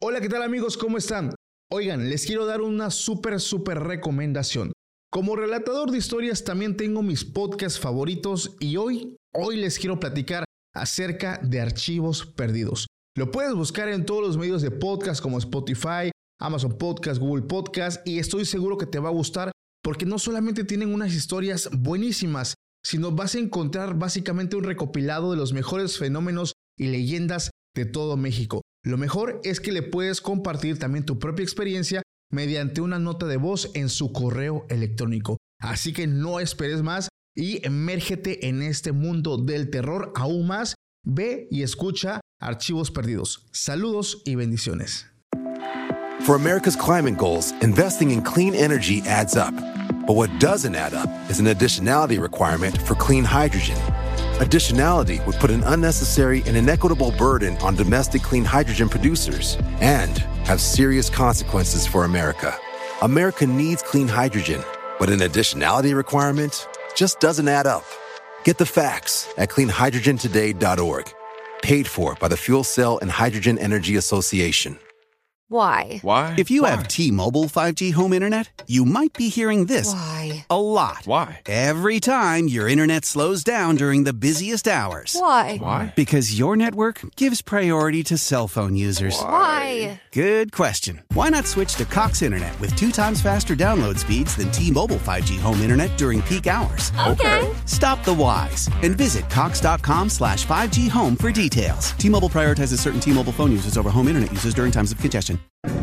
Hola, ¿qué tal amigos? ¿Cómo están? Oigan, les quiero dar una súper recomendación. Como relatador de historias también tengo mis podcasts favoritos y hoy les quiero platicar acerca de Archivos Perdidos. Lo puedes buscar en todos los medios de podcast como Spotify, Amazon Podcast, Google Podcast y estoy seguro que te va a gustar porque no solamente tienen unas historias buenísimas, sino vas a encontrar básicamente un recopilado de los mejores fenómenos y leyendas de todo México. Lo mejor es que le puedes compartir también tu propia experiencia mediante una nota de voz en su correo electrónico. Así que no esperes más y emérgete en este mundo del terror aún más. Ve y escucha Archivos Perdidos. Saludos y bendiciones. For America's climate goals, investing in clean energy adds up. But what doesn't add up is an additionality requirement for clean hydrogen. Additionality would put an unnecessary and inequitable burden on domestic clean hydrogen producers and have serious consequences for America. America needs clean hydrogen, but an additionality requirement just doesn't add up. Get the facts at cleanhydrogentoday.org. Paid for by the Fuel Cell and Hydrogen Energy Association. Why? If you have T-Mobile 5G home internet, you might be hearing this Why? a lot. Why? Every time your internet slows down during the busiest hours. Why? Because your network gives priority to cell phone users. Why? Good question. Why not switch to Cox Internet with 2 times faster download speeds than T-Mobile 5G home internet during peak hours? Okay. Stop the whys and visit cox.com/5G home for details. T-Mobile prioritizes certain T-Mobile phone users over home internet users during times of congestion.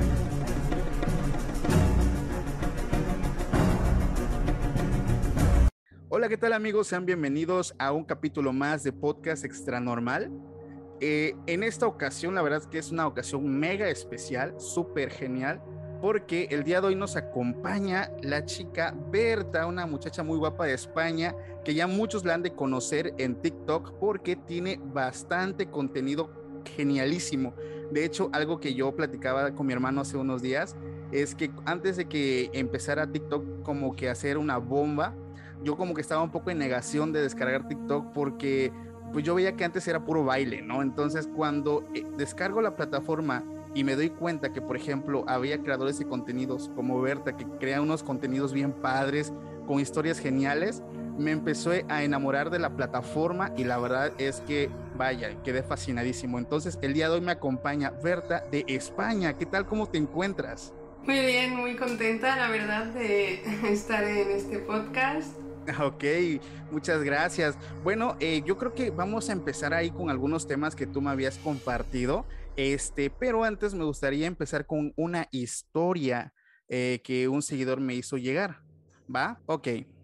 Hola, ¿qué tal amigos? Sean bienvenidos a un capítulo más de Podcast Extra Normal. En esta ocasión, la verdad es que es una ocasión mega especial, súper genial, porque el día de hoy nos acompaña la chica Berta, una muchacha muy guapa de España, que ya muchos la han de conocer en TikTok porque tiene bastante contenido genialísimo. De hecho, algo que yo platicaba con mi hermano hace unos días es que antes de que empezara TikTok como que a hacer una bomba, yo como que estaba un poco en negación de descargar TikTok porque pues yo veía que antes era puro baile, ¿no? Entonces cuando descargo la plataforma y me doy cuenta que, por ejemplo, había creadores de contenidos como Berta que crea unos contenidos bien padres, con historias geniales, me empezó a enamorar de la plataforma y la verdad es que, vaya, quedé fascinadísimo. Entonces el día de hoy me acompaña Berta de España. ¿Qué tal? ¿Cómo te encuentras? Muy bien, muy contenta, la verdad, de estar en este podcast. Ok, muchas gracias. Bueno, yo creo que vamos a empezar ahí con algunos temas que tú me habías compartido, pero antes me gustaría empezar con una historia que un seguidor me hizo llegar, ¿va? Ok,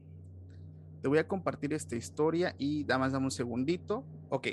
te voy a compartir esta historia y dame un segundito. Ok,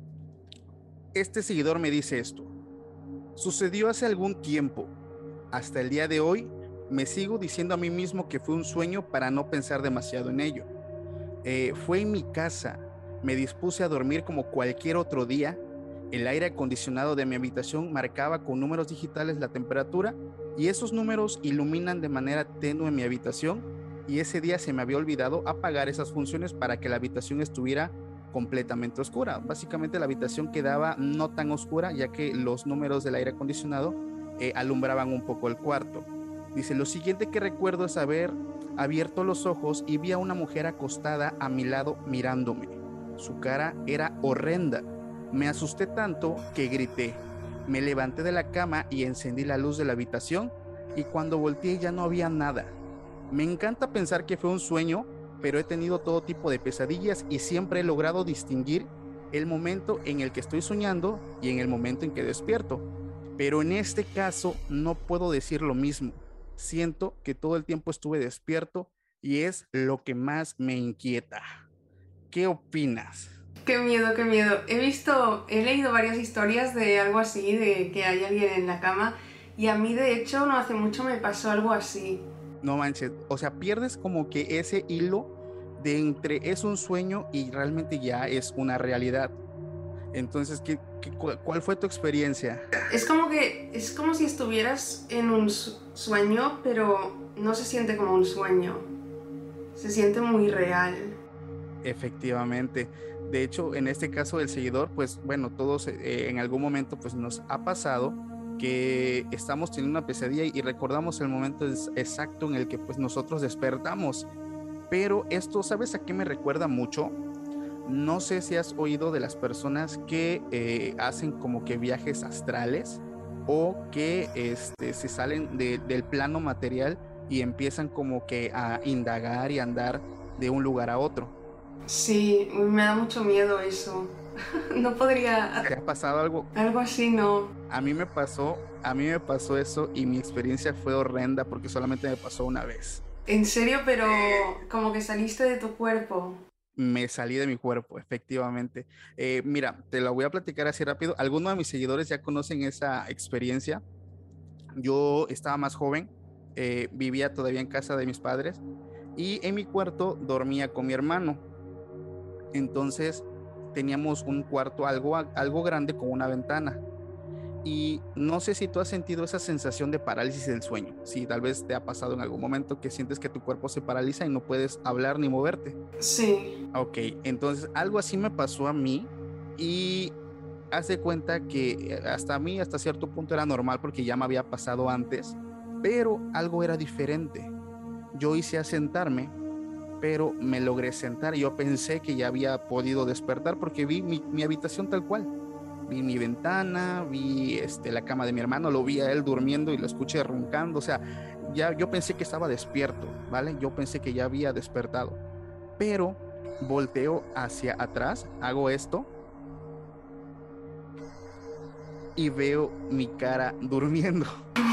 este seguidor me dice esto: sucedió hace algún tiempo, hasta el día de hoy me sigo diciendo a mí mismo que fue un sueño para no pensar demasiado en ello. Fue en mi casa, me dispuse a dormir como cualquier otro día. El aire acondicionado de mi habitación marcaba con números digitales la temperatura y esos números iluminan de manera tenue mi habitación, y ese día se me había olvidado apagar esas funciones para que la habitación estuviera completamente oscura. Básicamente la habitación quedaba no tan oscura ya que los números del aire acondicionado alumbraban un poco el cuarto. Dice, lo siguiente que recuerdo es haber abierto los ojos y vi a una mujer acostada a mi lado mirándome. Su cara era horrenda. Me asusté tanto que grité. Me levanté de la cama y encendí la luz de la habitación, y cuando volteé ya no había nada. Me encanta pensar que fue un sueño, pero he tenido todo tipo de pesadillas y siempre he logrado distinguir el momento en el que estoy soñando y en el momento en que despierto. Pero en este caso no puedo decir lo mismo. Siento que todo el tiempo estuve despierto y es lo que más me inquieta. ¿Qué opinas? Qué miedo, qué miedo. He leído varias historias de algo así, de que hay alguien en la cama, y a mí de hecho no hace mucho me pasó algo así. No manches, o sea, pierdes como que ese hilo de entre es un sueño y realmente ya es una realidad. Entonces, ¿cuál fue tu experiencia? Es como si estuvieras en un sueño, pero no se siente como un sueño. Se siente muy real. Efectivamente. De hecho, en este caso del seguidor, pues bueno, todos en algún momento pues nos ha pasado que estamos teniendo una pesadilla y recordamos el momento exacto en el que pues nosotros despertamos. Pero esto, ¿sabes a qué me recuerda mucho? No sé si has oído de las personas que hacen como que viajes astrales o que se salen del plano material y empiezan como que a indagar y andar de un lugar a otro. Sí, me da mucho miedo eso. No podría... ¿Te ha pasado algo? Algo así, no. A mí me pasó eso y mi experiencia fue horrenda porque solamente me pasó una vez. ¿En serio? Pero como que saliste de tu cuerpo. Me salí de mi cuerpo, efectivamente. Mira, te la voy a platicar así rápido. Algunos de mis seguidores ya conocen esa experiencia. Yo estaba más joven, vivía todavía en casa de mis padres y en mi cuarto dormía con mi hermano. Entonces teníamos un cuarto algo grande con una ventana. Y no sé si tú has sentido esa sensación de parálisis del sueño, si tal vez te ha pasado en algún momento que sientes que tu cuerpo se paraliza y no puedes hablar ni moverte. Sí. Ok, entonces algo así me pasó a mí y haz de cuenta que hasta cierto punto era normal porque ya me había pasado antes, pero algo era diferente. Yo hice a sentarme, pero me logré sentar y yo pensé que ya había podido despertar porque vi mi habitación tal cual. Vi mi ventana, vi la cama de mi hermano, lo vi a él durmiendo y lo escuché roncando, o sea, ya yo pensé que estaba despierto, ¿vale? Yo pensé que ya había despertado, pero volteo hacia atrás, hago esto y veo mi cara durmiendo.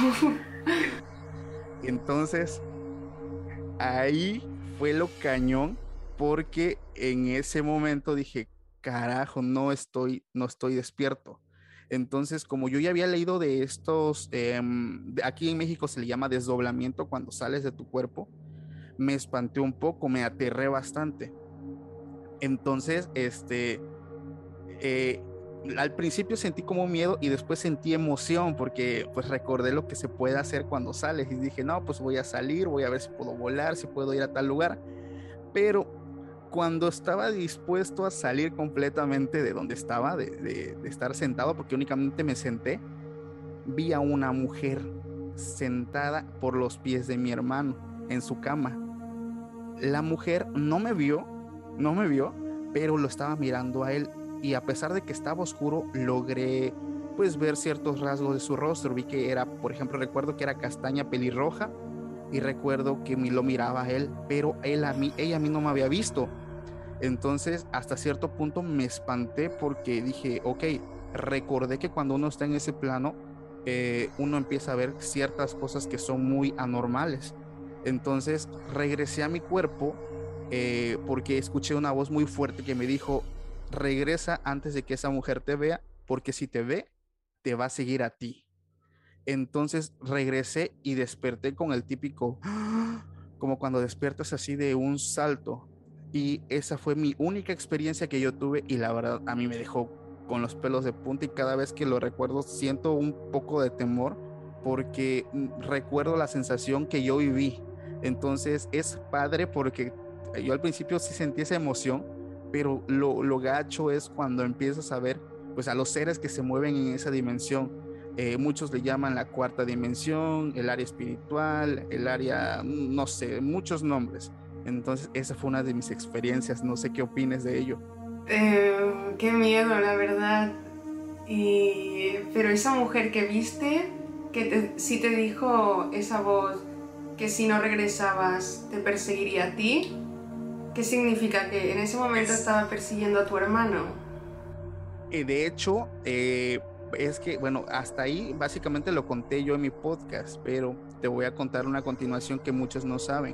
Entonces, ahí fue lo cañón porque en ese momento dije, carajo, no estoy despierto. Entonces, como yo ya había leído de estos, aquí en México se le llama desdoblamiento cuando sales de tu cuerpo, me espanté un poco, me aterré bastante. Entonces, al principio sentí como miedo y después sentí emoción porque pues recordé lo que se puede hacer cuando sales y dije, no, pues voy a salir, voy a ver si puedo volar, si puedo ir a tal lugar. Pero cuando estaba dispuesto a salir completamente de donde estaba, de estar sentado, porque únicamente me senté, vi a una mujer sentada por los pies de mi hermano en su cama. La mujer no me vio, pero lo estaba mirando a él y a pesar de que estaba oscuro, logré pues ver ciertos rasgos de su rostro. Vi que era, por ejemplo, recuerdo que era castaña pelirroja y recuerdo que lo miraba a él, pero ella a mí no me había visto. Entonces, hasta cierto punto me espanté porque dije, ok, recordé que cuando uno está en ese plano, uno empieza a ver ciertas cosas que son muy anormales. Entonces, regresé a mi cuerpo porque escuché una voz muy fuerte que me dijo, regresa antes de que esa mujer te vea, porque si te ve, te va a seguir a ti. Entonces regresé y desperté con el típico, como cuando despiertas así de un salto. Y esa fue mi única experiencia que yo tuve y la verdad a mí me dejó con los pelos de punta y cada vez que lo recuerdo siento un poco de temor porque recuerdo la sensación que yo viví. Entonces es padre porque yo al principio sí sentí esa emoción, pero lo gacho es cuando empiezas a ver pues a los seres que se mueven en esa dimensión. Muchos le llaman la cuarta dimensión, el área espiritual, el área, no sé, muchos nombres. Entonces esa fue una de mis experiencias, no sé qué opines de ello. Qué miedo, la verdad. Pero esa mujer que viste, si te dijo esa voz que si no regresabas te perseguiría a ti, ¿qué significa? ¿Que en ese momento estaba persiguiendo a tu hermano? De hecho, es que, bueno, hasta ahí básicamente lo conté yo en mi podcast, pero te voy a contar una continuación que muchos no saben.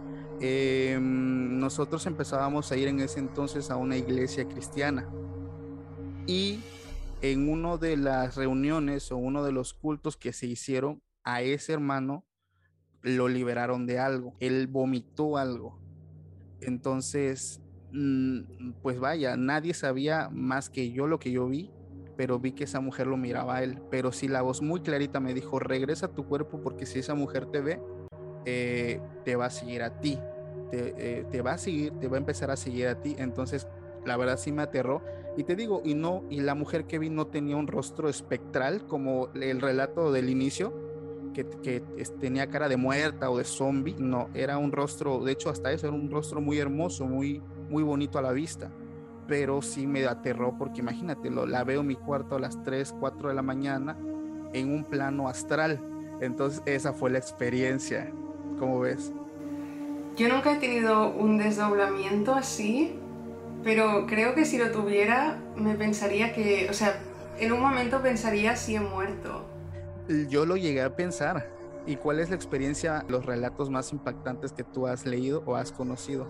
Nosotros empezábamos a ir en ese entonces a una iglesia cristiana y en una de las reuniones o uno de los cultos que se hicieron a ese hermano lo liberaron de algo, él vomitó algo. Entonces, pues vaya, nadie sabía más que yo lo que yo vi, pero vi que esa mujer lo miraba a él, pero sí la voz muy clarita me dijo, regresa a tu cuerpo porque si esa mujer te ve, te va a seguir a ti, te va a seguir, te va a empezar a seguir a ti. Entonces la verdad sí me aterró Y te digo, y la mujer que vi no tenía un rostro espectral como el relato del inicio, que tenía cara de muerta o de zombie. No, era un rostro, de hecho hasta eso, era un rostro muy hermoso, muy, muy bonito a la vista. Pero sí me aterró porque imagínate, la veo en mi cuarto a las 3, 4 de la mañana en un plano astral. Entonces esa fue la experiencia. ¿Cómo ves? Yo nunca he tenido un desdoblamiento así, pero creo que si lo tuviera, me pensaría que, o sea, en un momento pensaría si he muerto. Yo lo llegué a pensar. ¿Y cuál es la experiencia, los relatos más impactantes que tú has leído o has conocido?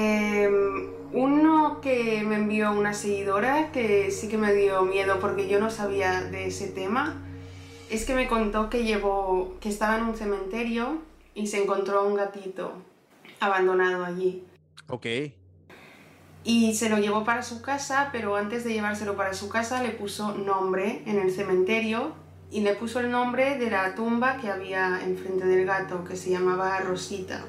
Uno que me envió una seguidora, que sí que me dio miedo porque yo no sabía de ese tema, es que me contó que estaba en un cementerio y se encontró un gatito abandonado allí. Ok. Y se lo llevó para su casa, pero antes de llevárselo para su casa le puso nombre en el cementerio y le puso el nombre de la tumba que había enfrente del gato, que se llamaba Rosita.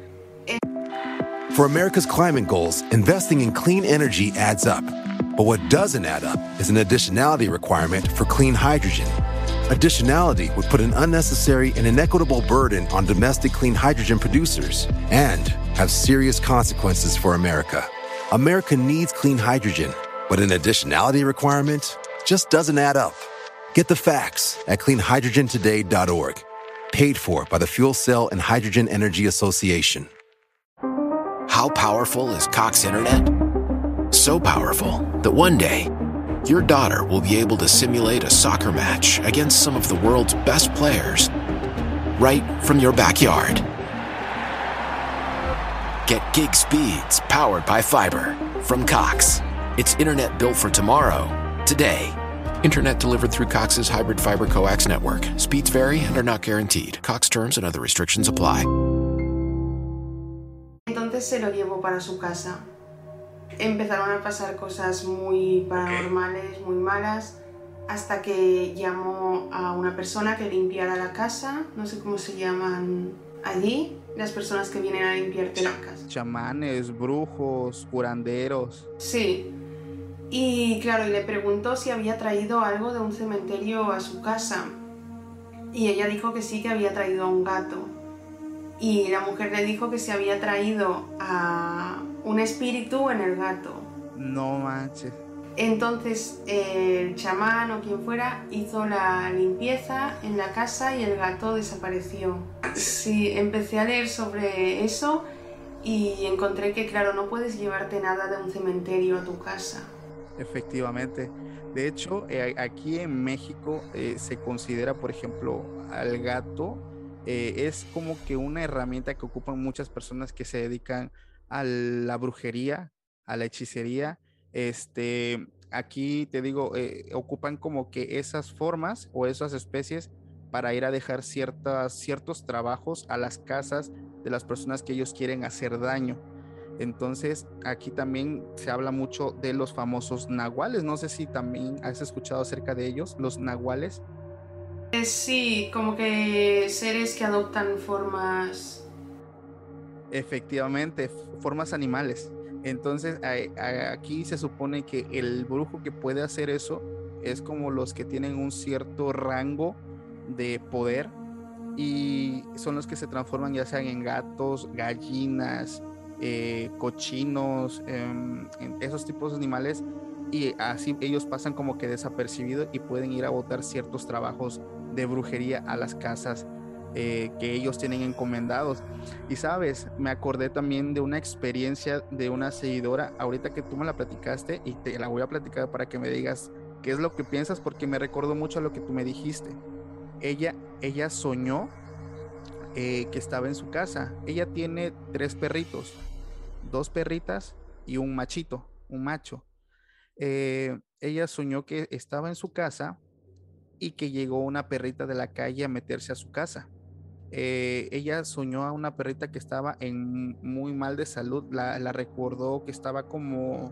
For America's climate goals, investing in clean energy adds up. But what doesn't add up is an additionality requirement for clean hydrogen. Additionality would put an unnecessary and inequitable burden on domestic clean hydrogen producers and have serious consequences for America. America needs clean hydrogen, but an additionality requirement just doesn't add up. Get the facts at cleanhydrogentoday.org. Paid for by the Fuel Cell and Hydrogen Energy Association. How powerful is Cox Internet? So powerful that one day, your daughter will be able to simulate a soccer match against some of the world's best players right from your backyard. Get gig speeds powered by fiber from Cox. It's internet built for tomorrow, today. Internet delivered through Cox's hybrid fiber coax network. Speeds vary and are not guaranteed. Cox terms and other restrictions apply. Entonces se lo llevó para su casa. Empezaron a pasar cosas muy paranormales, muy malas, hasta que llamó a una persona que limpiara la casa. No sé cómo se llaman allí, las personas que vienen a limpiarte la casa. Chamanes, brujos, curanderos. Sí. Y claro, y le preguntó si había traído algo de un cementerio a su casa. Y ella dijo que sí, que había traído a un gato. Y la mujer le dijo que se había traído a un espíritu en el gato. No manches. Entonces el chamán o quien fuera hizo la limpieza en la casa y el gato desapareció. Sí, empecé a leer sobre eso y encontré que, claro, no puedes llevarte nada de un cementerio a tu casa. Efectivamente. De hecho, aquí en México se considera, por ejemplo, al gato, es como que una herramienta que ocupan muchas personas que se dedican a la brujería, a la hechicería. Aquí te digo, ocupan como que esas formas o esas especies para ir a dejar ciertos trabajos a las casas de las personas que ellos quieren hacer daño. Entonces, aquí también se habla mucho de los famosos nahuales. No sé si también has escuchado acerca de ellos, los nahuales. Sí, como que seres que adoptan formas. Efectivamente, formas animales. Entonces, aquí se supone que el brujo que puede hacer eso es como los que tienen un cierto rango de poder y son los que se transforman ya sean en gatos, gallinas, cochinos, en esos tipos de animales, y así ellos pasan como que desapercibidos y pueden ir a botar ciertos trabajos de brujería a las casas que ellos tienen encomendados. Y sabes, me acordé también de una experiencia de una seguidora, ahorita que tú me la platicaste, y te la voy a platicar para que me digas qué es lo que piensas, porque me recordó mucho a lo que tú me dijiste. Ella soñó que estaba en su casa. Ella tiene 3 perritos, 2 perritas y un machito, un macho. Ella soñó que estaba en su casa y que llegó una perrita de la calle a meterse a su casa. Ella soñó a una perrita que estaba muy mal de salud. La recordó que estaba como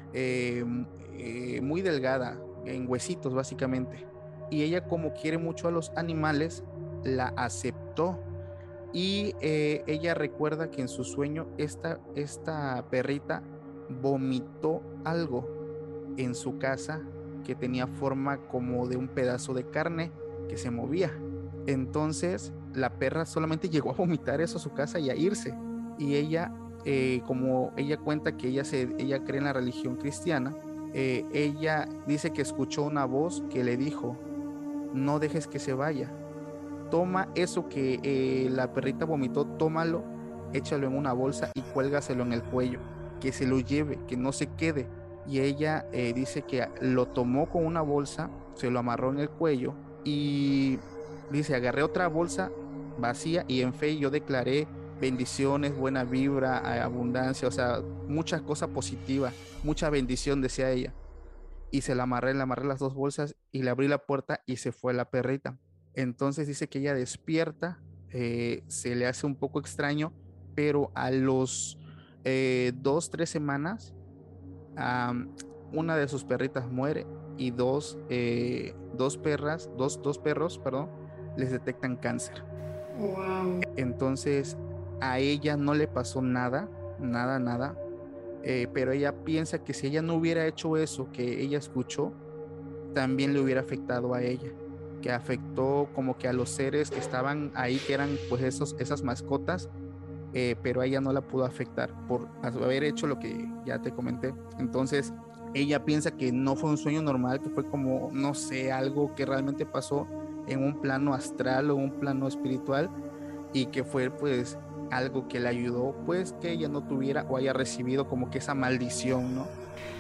muy delgada, en huesitos básicamente. Y ella, como quiere mucho a los animales, la aceptó. Y ella recuerda que en su sueño esta perrita vomitó algo en su casa que tenía forma como de un pedazo de carne que se movía. Entonces la perra solamente llegó a vomitar eso a su casa y a irse. Y ella, como ella cuenta que ella cree en la religión cristiana, ella dice que escuchó una voz que le dijo: no dejes que se vaya, toma eso que la perrita vomitó, tómalo, échalo en una bolsa y cuélgaselo en el cuello, que se lo lleve, que no se quede. Y ella dice que lo tomó con una bolsa, se lo amarró en el cuello y dice: agarré otra bolsa vacía y en fe yo declaré bendiciones, buena vibra, abundancia, o sea, muchas cosas positivas, mucha bendición, decía ella. Y le amarré las dos bolsas y le abrí la puerta y se fue la perrita. Entonces dice que ella despierta, se le hace un poco extraño, pero a los 2, 3 semanas, una de sus perritas muere y dos perros, perdón, les detectan cáncer. Wow. Entonces a ella no le pasó nada, nada, pero ella piensa que si ella no hubiera hecho eso que ella escuchó, también le hubiera afectado a ella, que afectó como que a los seres que estaban ahí, que eran pues esas mascotas, pero a ella no la pudo afectar por haber hecho lo que ya te comenté. Entonces ella piensa que no fue un sueño normal, que fue como, no sé, algo que realmente pasó en un plano astral o un plano espiritual, y que fue pues algo que le ayudó pues que ella no tuviera o haya recibido como que esa maldición, ¿no?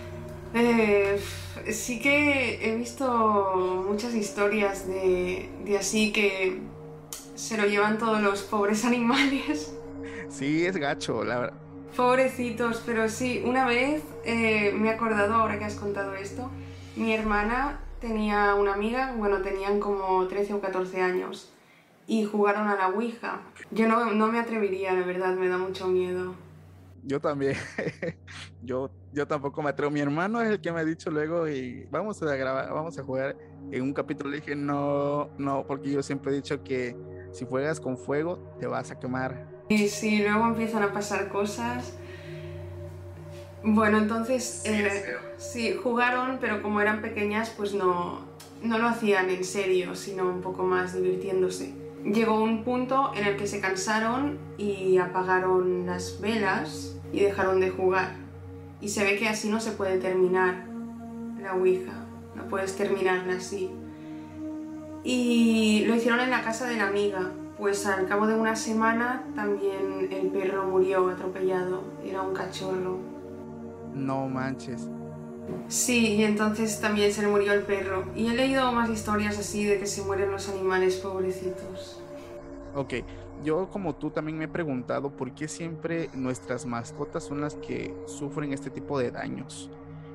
Sí que he visto muchas historias de así que se lo llevan todos los pobres animales. Sí, es gacho, la verdad. Pobrecitos, pero sí, una vez me he acordado, ahora que has contado esto, mi hermana tenía una amiga, bueno, tenían como 13 o 14 años y jugaron a la Ouija. Yo no me atrevería, la verdad, me da mucho miedo. Yo también. yo tampoco me atrevo. Mi hermano es el que me ha dicho luego y vamos a grabar, vamos a jugar en un capítulo. Le dije no, porque yo siempre he dicho que si juegas con fuego te vas a quemar. Y sí, luego empiezan a pasar cosas. Bueno, entonces sí, jugaron, pero como eran pequeñas, pues no lo hacían en serio, sino un poco más divirtiéndose. Llegó un punto en el que se cansaron y apagaron las velas y dejaron de jugar. Y se ve que así no se puede terminar la Ouija, no puedes terminarla así. Y lo hicieron en la casa de la amiga. Pues al cabo de una semana también el perro murió atropellado, era un cachorro. No manches. Sí, y entonces también se le murió el perro. Y he leído más historias así de que se mueren los animales, pobrecitos. Ok, yo como tú también me he preguntado por qué siempre nuestras mascotas son las que sufren este tipo de daños.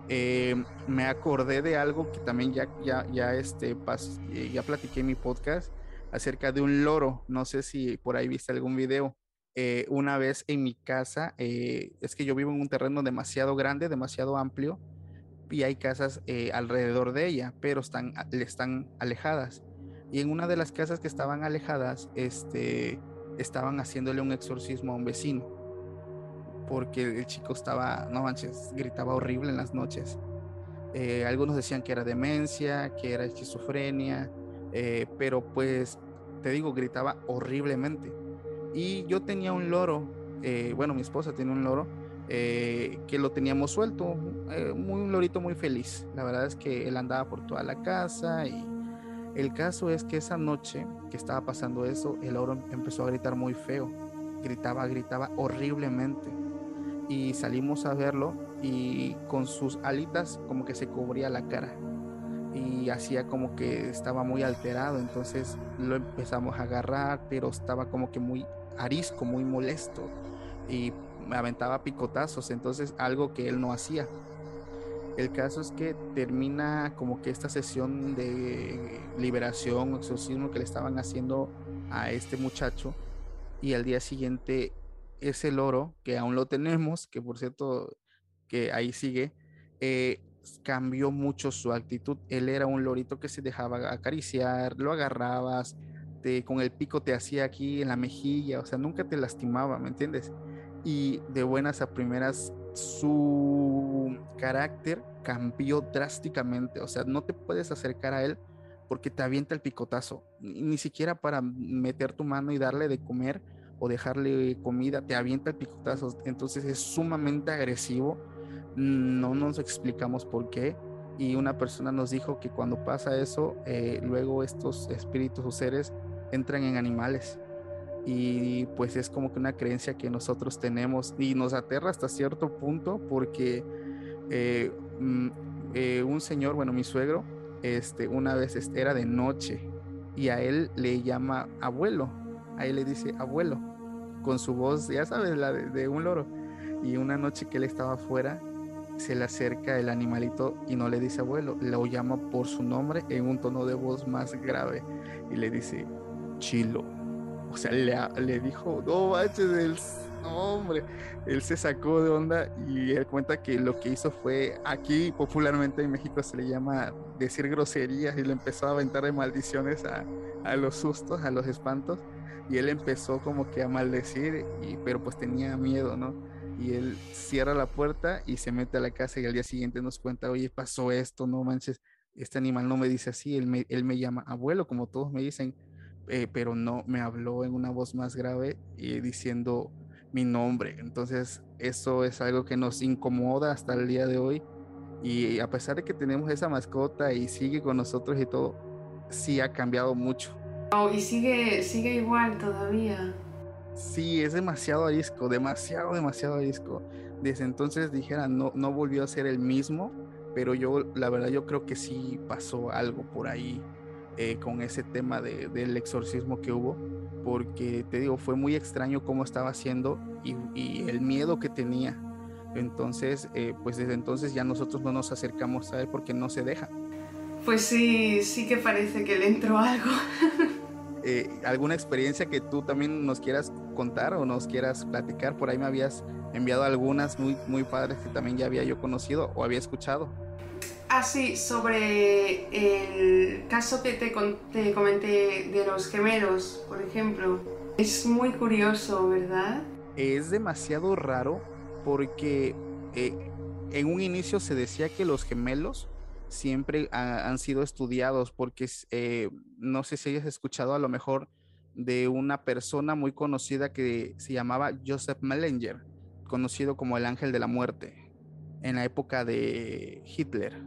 Me acordé de algo que también ya platiqué en mi podcast acerca de un loro. No sé si por ahí viste algún video. Una vez en mi casa, es que yo vivo en un terreno demasiado grande, demasiado amplio, y hay casas alrededor de ella, pero están alejadas. Y en una de las casas que estaban alejadas, estaban haciéndole un exorcismo a un vecino, porque el chico estaba, no manches, gritaba horrible en las noches. Algunos decían que era demencia, que era esquizofrenia, pero pues te digo, gritaba horriblemente. Y yo tenía un loro, bueno, mi esposa tiene un loro, que lo teníamos suelto, un lorito muy feliz. La verdad es que él andaba por toda la casa, y el caso es que esa noche que estaba pasando eso, el loro empezó a gritar muy feo, gritaba horriblemente, y salimos a verlo y con sus alitas como que se cubría la cara y hacía como que estaba muy alterado. Entonces lo empezamos a agarrar, pero estaba como que muy arisco, muy molesto, y me aventaba picotazos, entonces algo que él no hacía. El caso es que termina como que esta sesión de liberación o exorcismo que le estaban haciendo a este muchacho, y al día siguiente ese loro, que aún lo tenemos, que por cierto que ahí sigue, cambió mucho su actitud. Él era un lorito que se dejaba acariciar, lo agarrabas, con el pico te hacía aquí en la mejilla, o sea, nunca te lastimaba, ¿me entiendes? Y de buenas a primeras su carácter cambió drásticamente. O sea, no te puedes acercar a él porque te avienta el picotazo. Ni siquiera para meter tu mano y darle de comer o dejarle comida, te avienta el picotazo. Entonces es sumamente agresivo. No nos explicamos por qué. Y una persona nos dijo que cuando pasa eso, luego estos espíritus o seres entran en animales. Y pues es como que una creencia que nosotros tenemos y nos aterra hasta cierto punto porque un señor, bueno, mi suegro, una vez era de noche y a él le llama abuelo, a él le dice abuelo, con su voz, ya sabes, la de un loro. Y una noche que él estaba afuera, se le acerca el animalito y no le dice abuelo, lo llama por su nombre en un tono de voz más grave y le dice Chilo. O sea, le dijo, no manches, hombre, él se sacó de onda y él cuenta que lo que hizo fue, aquí popularmente en México se le llama decir groserías y le empezó a aventar de maldiciones a los sustos, a los espantos, y él empezó como que a maldecir, pero pues tenía miedo, ¿no? Y él cierra la puerta y se mete a la casa y al día siguiente nos cuenta, oye, pasó esto, no manches, este animal no me dice así, él me llama abuelo, como todos me dicen, pero no, me habló en una voz más grave diciendo mi nombre. Entonces eso es algo que nos incomoda hasta el día de hoy, y a pesar de que tenemos esa mascota y sigue con nosotros y todo, sí ha cambiado mucho. Oh, y sigue igual todavía. Sí, es demasiado arisco, demasiado arisco. Desde entonces dijera, no volvió a ser el mismo, pero la verdad yo creo que sí pasó algo por ahí con ese tema del exorcismo que hubo, porque te digo, fue muy extraño cómo estaba haciendo y el miedo que tenía. Entonces, pues desde entonces ya nosotros no nos acercamos a él porque no se deja. Pues sí que parece que le entró algo. ¿Alguna experiencia que tú también nos quieras contar o nos quieras platicar? Por ahí me habías enviado algunas muy, muy padres que también ya había yo conocido o había escuchado. Ah, sí, sobre el caso que te comenté de los gemelos, por ejemplo. Es muy curioso, ¿verdad? Es demasiado raro porque en un inicio se decía que los gemelos siempre han sido estudiados porque no sé si hayas escuchado a lo mejor de una persona muy conocida que se llamaba Joseph Mengele, conocido como el ángel de la muerte en la época de Hitler.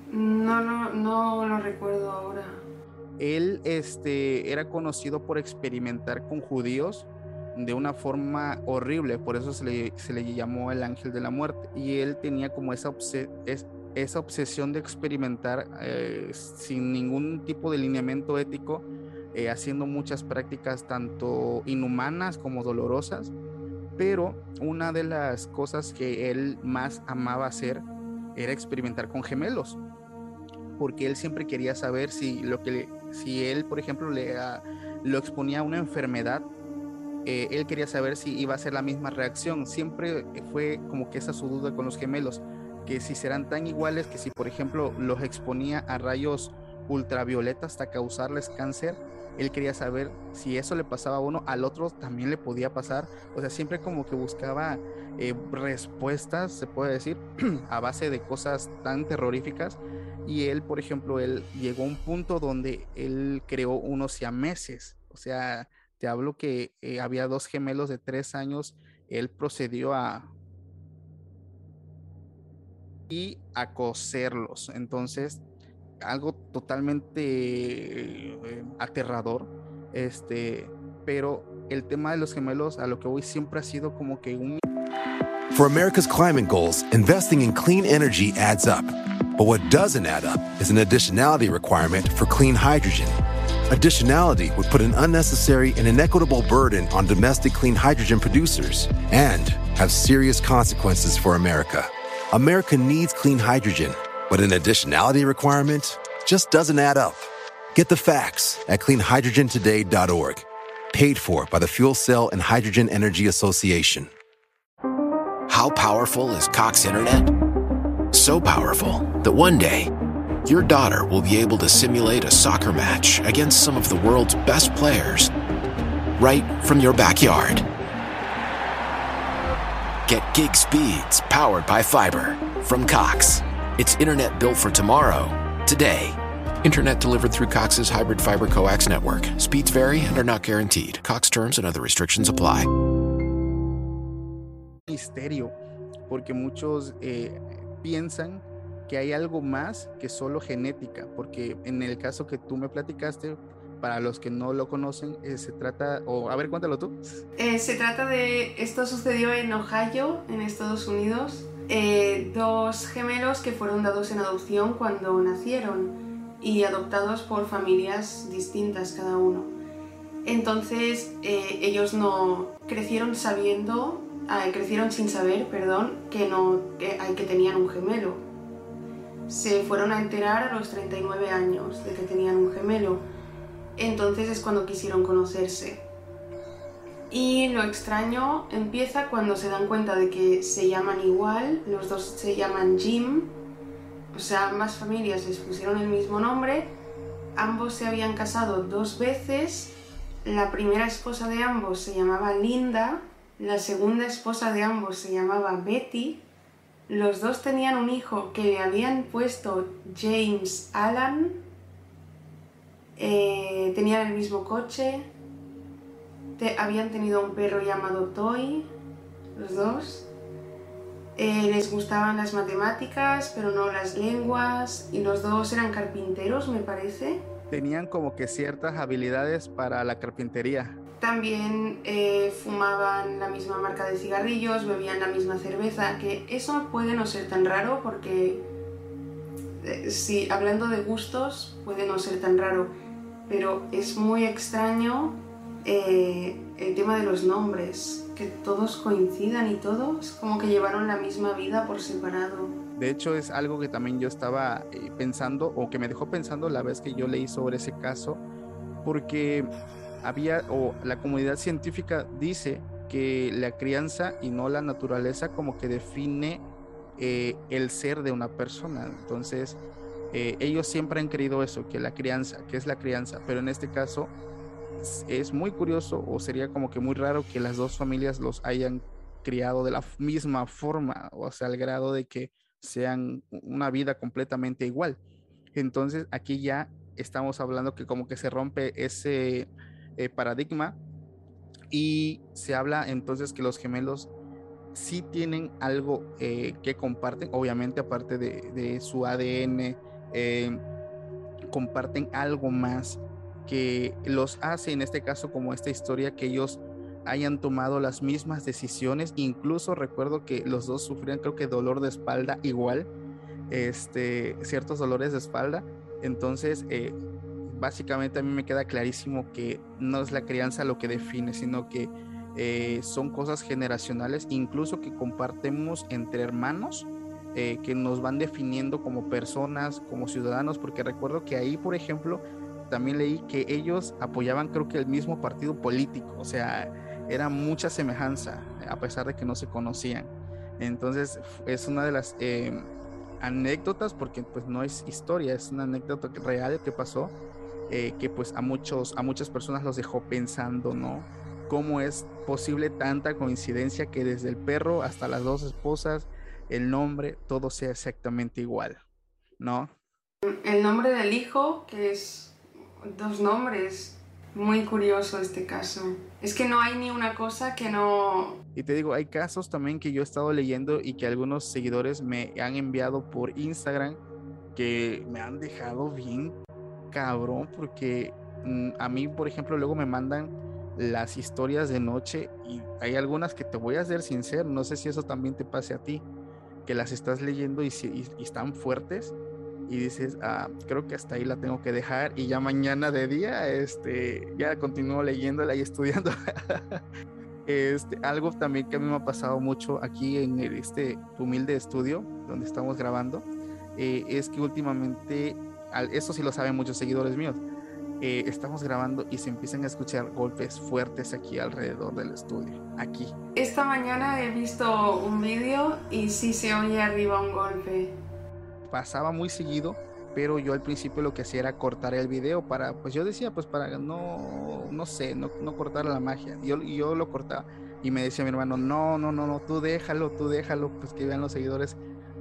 No lo recuerdo ahora. Él era conocido por experimentar con judíos de una forma horrible, por eso se le llamó el ángel de la muerte, y él tenía como esa obsesión de experimentar sin ningún tipo de lineamiento ético, haciendo muchas prácticas tanto inhumanas como dolorosas, pero una de las cosas que él más amaba hacer era experimentar con gemelos, porque él siempre quería saber si él, por ejemplo, lo exponía a una enfermedad, él quería saber si iba a ser la misma reacción. Siempre fue como que esa su duda con los gemelos, que si serán tan iguales, que si por ejemplo los exponía a rayos ultravioleta hasta causarles cáncer, él quería saber si eso le pasaba a uno, al otro también le podía pasar. O sea, siempre como que buscaba respuestas, se puede decir, a base de cosas tan terroríficas. Y él, por ejemplo, él llegó a un punto donde él creó unos siameses. O sea, te hablo que había 2 gemelos de 3 años, él procedió a coserlos. Entonces, algo totalmente aterrador, pero el tema de los gemelos, a lo que voy, siempre ha sido como que un... For America's climate goals, investing in clean energy adds up. But what doesn't add up is an additionality requirement for clean hydrogen. Additionality would put an unnecessary and inequitable burden on domestic clean hydrogen producers and have serious consequences for America. America needs clean hydrogen, but an additionality requirement just doesn't add up. Get the facts at cleanhydrogentoday.org. Paid for by the Fuel Cell and Hydrogen Energy Association. How powerful is Cox Internet? So powerful that one day, your daughter will be able to simulate a soccer match against some of the world's best players right from your backyard. Get gig speeds powered by fiber from Cox. It's internet built for tomorrow, today. Internet delivered through Cox's hybrid fiber coax network. Speeds vary and are not guaranteed. Cox terms and other restrictions apply. Misterio, porque muchos piensan que hay algo más que solo genética, porque en el caso que tú me platicaste, para los que no lo conocen, se trata, a ver, cuéntalo tú. Se trata de, esto sucedió en Ohio, en Estados Unidos, dos gemelos que fueron dados en adopción cuando nacieron y adoptados por familias distintas cada uno. Entonces ellos no crecieron crecieron sin saber, que tenían un gemelo. Se fueron a enterar a los 39 años de que tenían un gemelo. Entonces es cuando quisieron conocerse. Y lo extraño empieza cuando se dan cuenta de que se llaman igual, los dos se llaman Jim, o sea, ambas familias les pusieron el mismo nombre, ambos se habían casado 2 veces, la primera esposa de ambos se llamaba Linda, la segunda esposa de ambos se llamaba Betty, los dos tenían un hijo que le habían puesto James Alan, tenían el mismo coche, habían tenido un perro llamado Toy, los dos, les gustaban las matemáticas pero no las lenguas, y los dos eran carpinteros, me parece. Tenían como que ciertas habilidades para la carpintería. También fumaban la misma marca de cigarrillos, bebían la misma cerveza, que eso puede no ser tan raro porque, sí, hablando de gustos, puede no ser tan raro, pero es muy extraño el tema de los nombres, que todos coincidan y todos como que llevaron la misma vida por separado. De hecho, es algo que también yo estaba pensando, o que me dejó pensando la vez que yo leí sobre ese caso, porque la comunidad científica dice que la crianza y no la naturaleza como que define el ser de una persona. Entonces, ellos siempre han creído eso, que la crianza, que es la crianza, pero en este caso es muy curioso, o sería como que muy raro que las dos familias los hayan criado de la misma forma, o sea, al grado de que sean una vida completamente igual. Entonces aquí ya estamos hablando que como que se rompe ese paradigma, y se habla entonces que los gemelos sí tienen algo que comparten, obviamente aparte de su ADN, comparten algo más que los hace, en este caso como esta historia, que ellos hayan tomado las mismas decisiones. Incluso recuerdo que los dos sufrían, creo que dolor de espalda igual, ciertos dolores de espalda. Entonces básicamente a mí me queda clarísimo que no es la crianza lo que define, sino que son cosas generacionales, incluso que compartimos entre hermanos, que nos van definiendo como personas, como ciudadanos, porque recuerdo que ahí, por ejemplo, también leí que ellos apoyaban, creo que el mismo partido político, o sea, era mucha semejanza, a pesar de que no se conocían. Entonces es una de las anécdotas, porque pues no es historia, es una anécdota real que pasó, que pues a muchas personas los dejó pensando, ¿no? ¿Cómo es posible tanta coincidencia que desde el perro hasta las dos esposas, el nombre, todo sea exactamente igual, ¿no? El nombre del hijo, que es 2 nombres, muy curioso este caso. Es que no hay ni una cosa que no... Y te digo, hay casos también que yo he estado leyendo y que algunos seguidores me han enviado por Instagram, que me han dejado bien cabrón, porque a mí, por ejemplo, luego me mandan las historias de noche, y hay algunas que te voy a ser sincero, no sé si eso también te pase a ti, que las estás leyendo y están fuertes, y dices, creo que hasta ahí la tengo que dejar, y ya mañana de día ya continúo leyéndola y estudiando. Algo también que a mí me ha pasado mucho aquí en este humilde estudio donde estamos grabando, es que últimamente, eso sí lo saben muchos seguidores míos, estamos grabando y se empiezan a escuchar golpes fuertes aquí alrededor del estudio, aquí. Esta mañana he visto un vídeo y sí se oye arriba un golpe. Pasaba muy seguido, pero yo al principio lo que hacía era cortar el video pues yo decía, pues para no cortar la magia. Yo lo cortaba y me decía mi hermano, no, tú déjalo, pues que vean los seguidores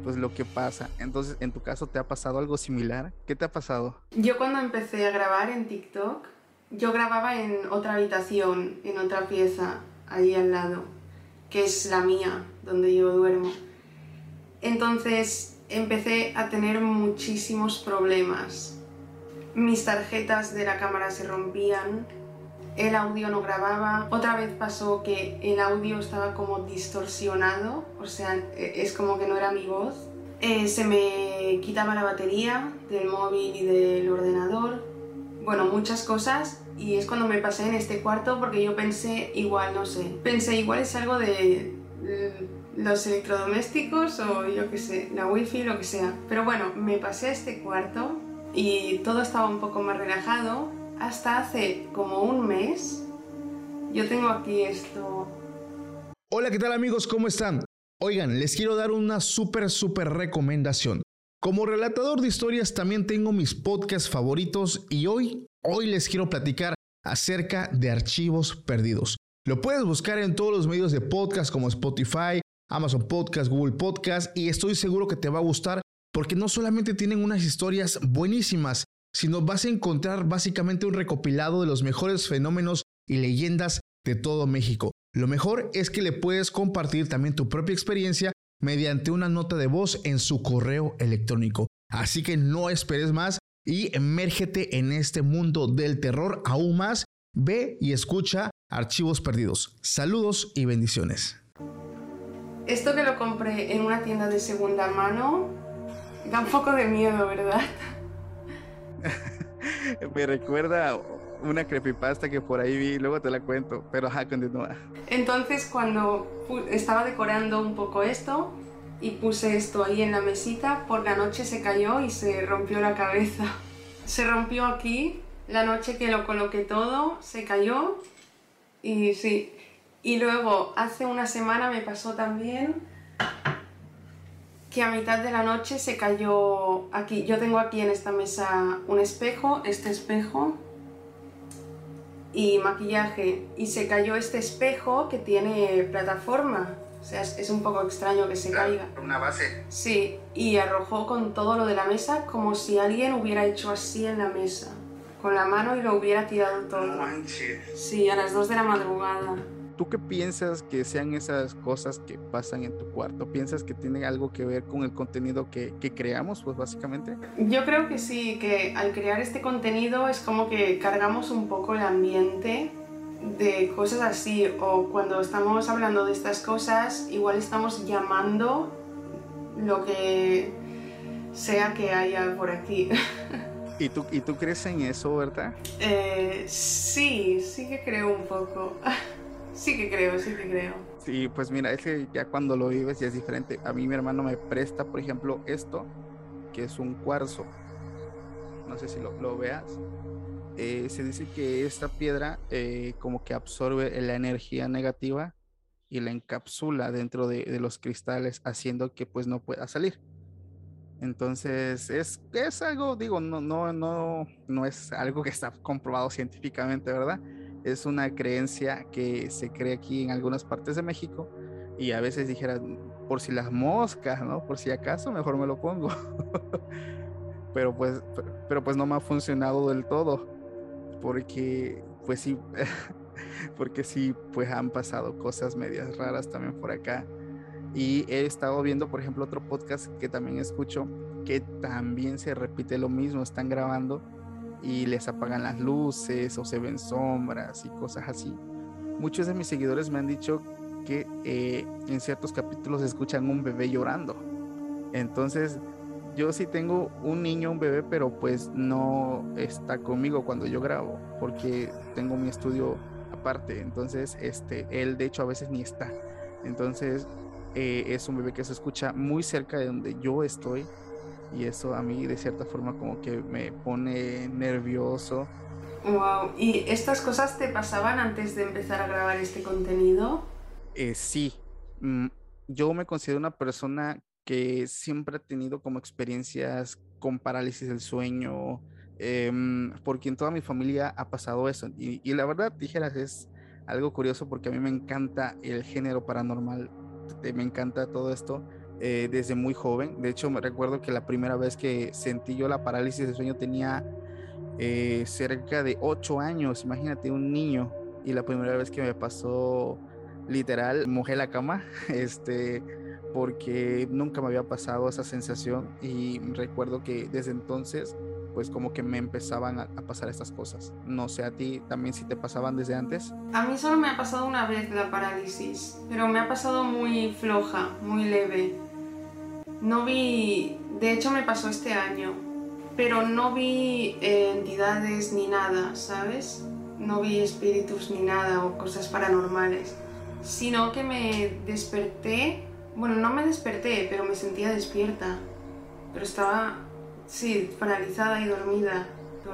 pues lo que pasa. Entonces, ¿en tu caso te ha pasado algo similar? ¿Qué te ha pasado? Yo cuando empecé a grabar en TikTok, yo grababa en otra habitación, en otra pieza, ahí al lado, que es la mía, donde yo duermo. Entonces empecé a tener muchísimos problemas. Mis tarjetas de la cámara se rompían, el audio no grababa. Otra vez pasó que el audio estaba como distorsionado, o sea, es como que no era mi voz. Se me quitaba la batería del móvil y del ordenador. Bueno, muchas cosas, y es cuando me pasé en este cuarto porque yo pensé igual, no sé, igual es algo de los electrodomésticos o yo qué sé, la wifi, lo que sea. Pero bueno, me pasé a este cuarto y todo estaba un poco más relajado hasta hace como un mes. Yo tengo aquí esto. Hola, ¿qué tal amigos? ¿Cómo están? Oigan, les quiero dar una súper recomendación. Como relatador de historias también tengo mis podcasts favoritos y hoy les quiero platicar acerca de Archivos Perdidos. Lo puedes buscar en todos los medios de podcast como Spotify, Amazon Podcast, Google Podcast, y estoy seguro que te va a gustar porque no solamente tienen unas historias buenísimas, sino vas a encontrar básicamente un recopilado de los mejores fenómenos y leyendas de todo México. Lo mejor es que le puedes compartir también tu propia experiencia mediante una nota de voz en su correo electrónico. Así que no esperes más y emérgete en este mundo del terror aún más. Ve y escucha Archivos Perdidos. Saludos y bendiciones. Esto que lo compré en una tienda de segunda mano da un poco de miedo, ¿verdad? Me recuerda una creepypasta que por ahí vi, luego te la cuento, pero ajá, continúa. Entonces cuando estaba decorando un poco esto y puse esto ahí en la mesita, por la noche se cayó y se rompió la cabeza. Se rompió aquí, la noche que lo coloqué todo, se cayó y sí. Y luego hace una semana me pasó también que a mitad de la noche se cayó aquí. Yo tengo aquí en esta mesa un espejo, este espejo y maquillaje, y se cayó este espejo que tiene plataforma, o sea, es un poco extraño que se caiga. Una base. Sí, y arrojó con todo lo de la mesa como si alguien hubiera hecho así en la mesa, con la mano, y lo hubiera tirado todo. No manches. Sí, a las 2 de la madrugada. ¿Tú qué piensas que sean esas cosas que pasan en tu cuarto? ¿Piensas que tiene algo que ver con el contenido que creamos, pues básicamente? Yo creo que sí, que al crear este contenido es como que cargamos un poco el ambiente de cosas así, o cuando estamos hablando de estas cosas, igual estamos llamando lo que sea que haya por aquí. ¿Y tú crees en eso, verdad? Sí que creo un poco. Sí que creo. Sí, pues mira, es que ya cuando lo vives ya es diferente. A mí mi hermano me presta, por ejemplo, esto, que es un cuarzo. No sé si lo veas. Se dice que esta piedra como que absorbe la energía negativa y la encapsula dentro de los cristales, haciendo que pues no pueda salir. Entonces es algo, digo, no es algo que está comprobado científicamente, ¿verdad? Es una creencia que se cree aquí en algunas partes de México, y a veces dijera, por si las moscas, ¿no? Por si acaso, mejor me lo pongo. pero pues no me ha funcionado del todo, porque pues sí, porque sí, pues han pasado cosas medias raras también por acá. Y he estado viendo, por ejemplo, otro podcast que también escucho, que también se repite lo mismo. Están grabando y les apagan las luces o se ven sombras y cosas así. Muchos de mis seguidores me han dicho que en ciertos capítulos escuchan un bebé llorando. Entonces yo sí tengo un niño, un bebé, pero pues no está conmigo cuando yo grabo, porque tengo mi estudio aparte. Entonces él de hecho a veces ni está. Entonces es un bebé que se escucha muy cerca de donde yo estoy, y eso a mí de cierta forma como que me pone nervioso. Wow, ¿y estas cosas te pasaban antes de empezar a grabar este contenido? Sí, yo me considero una persona que siempre ha tenido como experiencias con parálisis del sueño, porque en toda mi familia ha pasado eso, y la verdad, dijeras, es algo curioso porque a mí me encanta el género paranormal, me encanta todo esto, desde muy joven. De hecho, me recuerdo que la primera vez que sentí yo la parálisis de sueño tenía cerca de 8 años, imagínate, un niño. Y la primera vez que me pasó, literal, mojé la cama, porque nunca me había pasado esa sensación y recuerdo que desde entonces pues como que me empezaban a pasar estas cosas. No sé, a ti también si te pasaban desde antes. A mí solo me ha pasado una vez la parálisis, pero me ha pasado muy floja, muy leve. No vi, de hecho me pasó este año, pero no vi entidades ni nada, ¿sabes? No vi espíritus ni nada o cosas paranormales, sino que me desperté. Bueno, no me desperté, pero me sentía despierta. Pero estaba, sí, paralizada y dormida.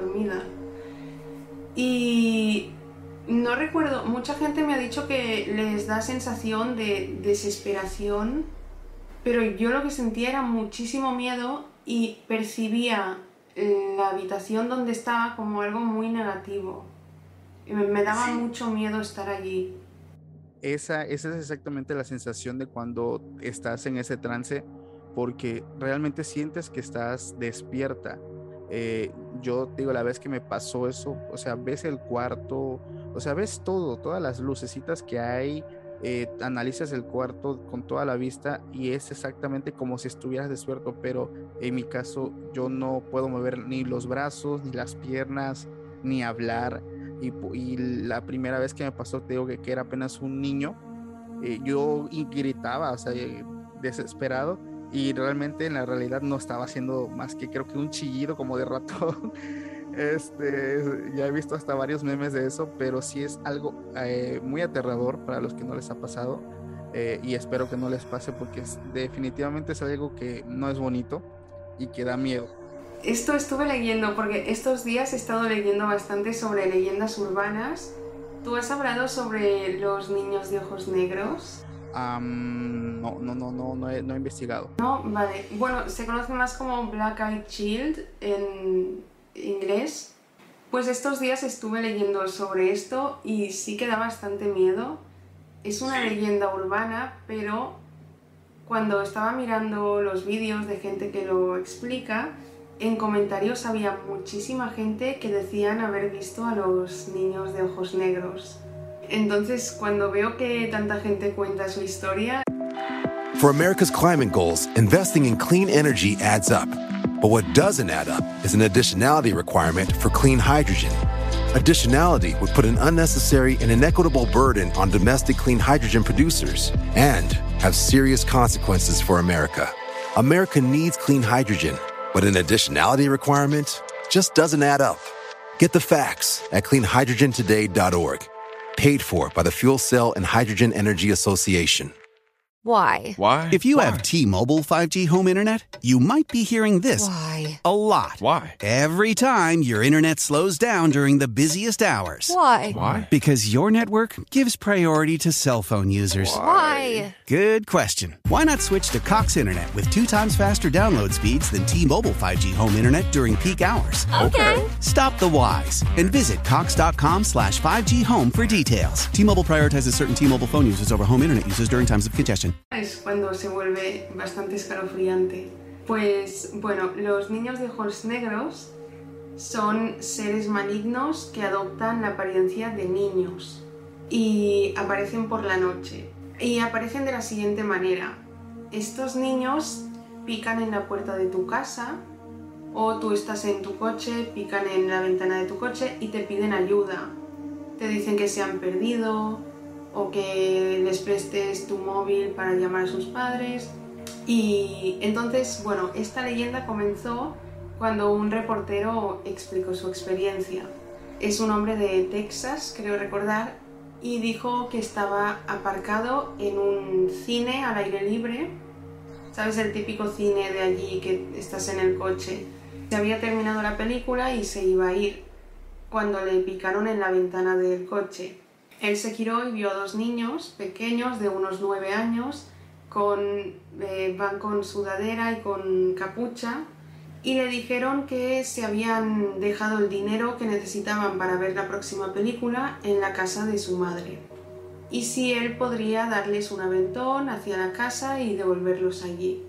Y no recuerdo, mucha gente me ha dicho que les da sensación de desesperación, pero yo lo que sentía era muchísimo miedo y percibía la habitación donde estaba como algo muy negativo. Y me daba mucho miedo estar allí. Esa es exactamente la sensación de cuando estás en ese trance, porque realmente sientes que estás despierta. Yo te digo, la vez que me pasó eso, o sea, ves el cuarto, o sea, ves todo, todas las lucecitas que hay, analizas el cuarto con toda la vista y es exactamente como si estuvieras despierto, pero en mi caso yo no puedo mover ni los brazos, ni las piernas, ni hablar. Y la primera vez que me pasó, te digo que era apenas un niño, yo gritaba, o sea, desesperado, y realmente en la realidad no estaba haciendo más que creo que un chillido como de ratón. Ya he visto hasta varios memes de eso, pero sí es algo muy aterrador para los que no les ha pasado, y espero que no les pase porque definitivamente es algo que no es bonito y que da miedo. Esto estuve leyendo porque estos días he estado leyendo bastante sobre leyendas urbanas. ¿Tú has hablado sobre los niños de ojos negros? No he investigado. No, vale. Bueno, se conoce más como Black Eyed Child en inglés. Pues estos días estuve leyendo sobre esto y sí que da bastante miedo. Es una leyenda urbana, pero cuando estaba mirando los vídeos de gente que lo explica, en comentarios había muchísima gente que decían haber visto a los niños de ojos negros. Entonces, cuando veo que tanta gente cuenta su historia... For America's climate goals, investing in clean energy adds up. But what doesn't add up is an additionality requirement for clean hydrogen. Additionality would put an unnecessary and inequitable burden on domestic clean hydrogen producers and have serious consequences for America. America needs clean hydrogen, but an additionality requirement just doesn't add up. Get the facts at cleanhydrogentoday.org. Paid for by the Fuel Cell and Hydrogen Energy Association. Why? Why? If you have T-Mobile 5G home internet, you might be hearing this Why? a lot. Why? Every time your internet slows down during the busiest hours. Why? Why? Because your network gives priority to cell phone users. Why? Good question. Why not switch to Cox Internet with 2 times faster download speeds than T-Mobile 5G home internet during peak hours? Okay. Stop the whys and visit cox.com/5G home for details. T-Mobile prioritizes certain T-Mobile phone users over home internet users during times of congestion. Es cuando se vuelve bastante escalofriante. Pues bueno, los niños de ojos negros son seres malignos que adoptan la apariencia de niños y aparecen por la noche. Y aparecen de la siguiente manera. Estos niños pican en la puerta de tu casa o tú estás en tu coche, pican en la ventana de tu coche y te piden ayuda. Te dicen que se han perdido o que les prestes tu móvil para llamar a sus padres. Y entonces, bueno, esta leyenda comenzó cuando un reportero explicó su experiencia. Es un hombre de Texas, creo recordar, y dijo que estaba aparcado en un cine al aire libre. ¿Sabes? El típico cine de allí que estás en el coche. Se había terminado la película y se iba a ir cuando le picaron en la ventana del coche. Él se giró y vio a 2 niños pequeños de unos 9 años, van con sudadera y con capucha, y le dijeron que se habían dejado el dinero que necesitaban para ver la próxima película en la casa de su madre. y si él podría darles un aventón hacia la casa y devolverlos allí.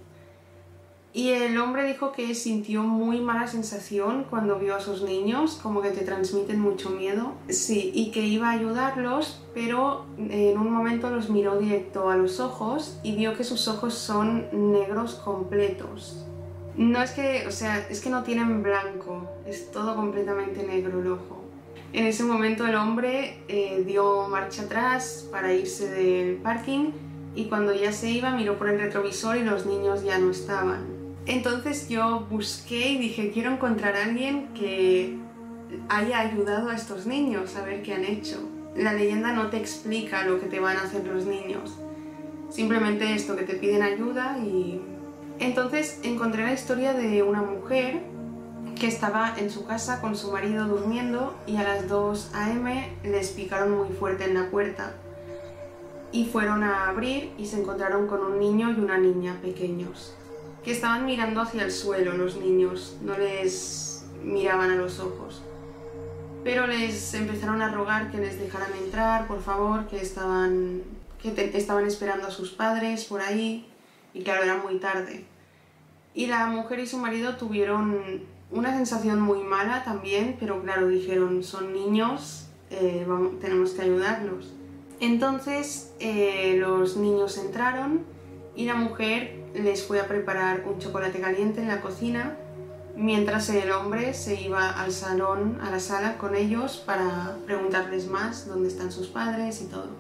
Y el hombre dijo que sintió muy mala sensación cuando vio a sus niños, como que te transmiten mucho miedo. Sí, y que iba a ayudarlos, pero en un momento los miró directo a los ojos y vio que sus ojos son negros completos. No es que, o sea, es que no tienen blanco, es todo completamente negro el ojo. En ese momento el hombre dio marcha atrás para irse del parking y cuando ya se iba miró por el retrovisor y los niños ya no estaban. Entonces yo busqué y dije, quiero encontrar a alguien que haya ayudado a estos niños a ver qué han hecho. La leyenda no te explica lo que te van a hacer los niños, simplemente esto, que te piden ayuda. Y entonces encontré la historia de una mujer que estaba en su casa con su marido durmiendo y a las 2 a.m. les picaron muy fuerte en la puerta y fueron a abrir y se encontraron con un niño y una niña pequeños que estaban mirando hacia el suelo. Los niños no les miraban a los ojos, pero les empezaron a rogar que les dejaran entrar, por favor, que estaban esperando a sus padres por ahí y claro, era muy tarde. Y la mujer y su marido tuvieron una sensación muy mala también, pero claro, dijeron, son niños, tenemos que ayudarlos. Entonces los niños entraron y la mujer les fue a preparar un chocolate caliente en la cocina, mientras el hombre se iba al salón, a la sala con ellos para preguntarles más dónde están sus padres y todo.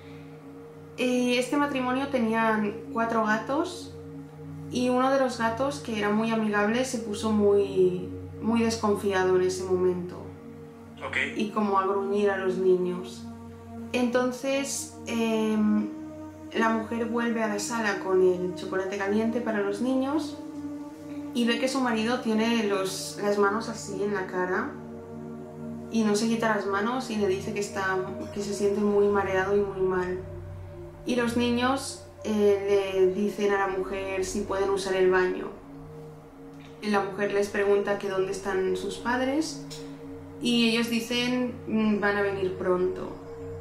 Este matrimonio tenían 4 gatos y uno de los gatos, que era muy amigable, se puso muy desconfiado en ese momento. Okay. Y como a gruñir a los niños. Entonces la mujer vuelve a la sala con el chocolate caliente para los niños y ve que su marido tiene las manos así en la cara y no se quita las manos y le dice que se siente muy mareado y muy mal. Y los niños le dicen a la mujer si pueden usar el baño. Y la mujer les pregunta que dónde están sus padres y ellos dicen van a venir pronto.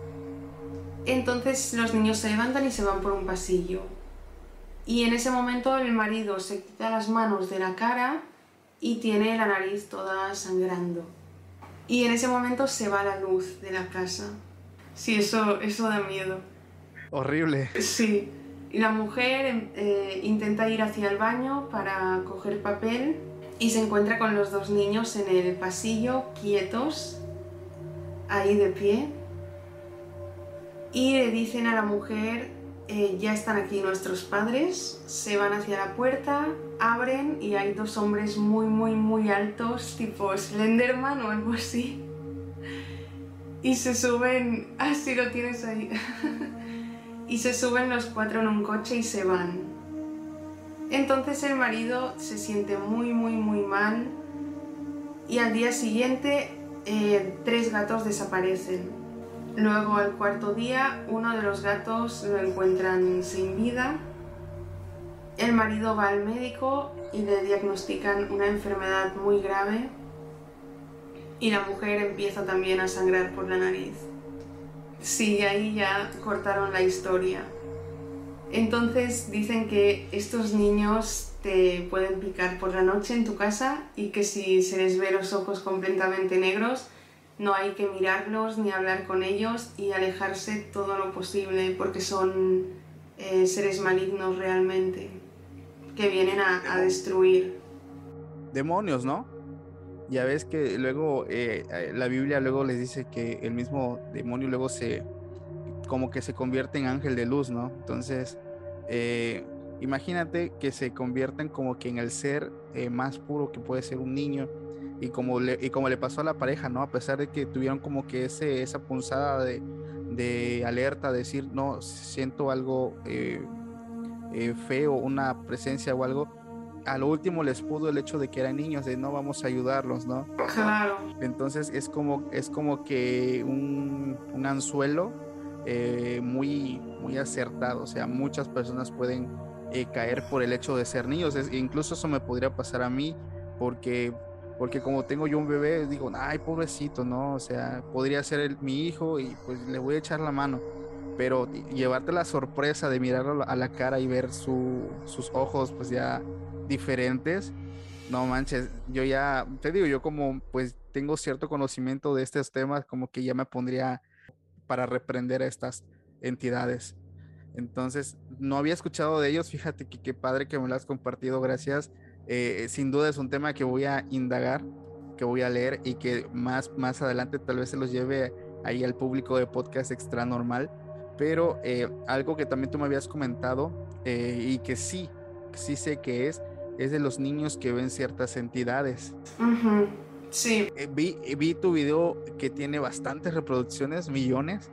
Entonces los niños se levantan y se van por un pasillo. Y en ese momento el marido se quita las manos de la cara y tiene la nariz toda sangrando. Y en ese momento se va la luz de la casa. Sí, eso da miedo. Horrible. Sí. Y la mujer intenta ir hacia el baño para coger papel y se encuentra con los 2 niños en el pasillo, quietos, ahí de pie. Y le dicen a la mujer, ya están aquí nuestros padres. Se van hacia la puerta, abren y hay 2 hombres muy altos, tipo Slenderman o algo así. Y se suben, sí lo tienes ahí. Y se suben los 4 en un coche y se van. Entonces el marido se siente muy mal y al día siguiente 3 gatos desaparecen. Luego, al 4.º día, uno de los gatos lo encuentran sin vida. El marido va al médico y le diagnostican una enfermedad muy grave y la mujer empieza también a sangrar por la nariz. Sí, ahí ya cortaron la historia. Entonces dicen que estos niños te pueden picar por la noche en tu casa y que si se les ve los ojos completamente negros, no hay que mirarlos ni hablar con ellos y alejarse todo lo posible porque son seres malignos realmente, que vienen a destruir. Demonios, ¿no? Ya ves que luego la Biblia luego les dice que el mismo demonio luego como que se convierte en ángel de luz, ¿no? Entonces, imagínate que se conviertan como que en el ser más puro que puede ser un niño. Y como le pasó a la pareja, ¿no? A pesar de que tuvieron como que esa punzada de alerta, decir, no, siento algo feo, una presencia o algo, a lo último les pudo el hecho de que eran niños, de no, vamos a ayudarlos, ¿no? Claro. Entonces es como que un anzuelo muy acertado. O sea, muchas personas pueden caer por el hecho de ser niños. Incluso eso me podría pasar a mí, porque como tengo yo un bebé, digo, ay, pobrecito, ¿no? O sea, podría ser mi hijo y pues le voy a echar la mano. pero llevarte la sorpresa de mirarlo a la cara y ver sus ojos pues ya diferentes, no manches, yo ya, te digo, yo como pues tengo cierto conocimiento de estos temas, como que ya me pondría para reprender a estas entidades. Entonces, no había escuchado de ellos, fíjate que qué padre que me lo has compartido, gracias. Sin duda es un tema que voy a indagar, que voy a leer y que más adelante tal vez se los lleve ahí al público de Podcast Extra Normal. Pero algo que también tú me habías comentado y que sí sé que es de los niños que ven ciertas entidades. Ujú, sí. Vi tu video que tiene bastantes reproducciones, millones,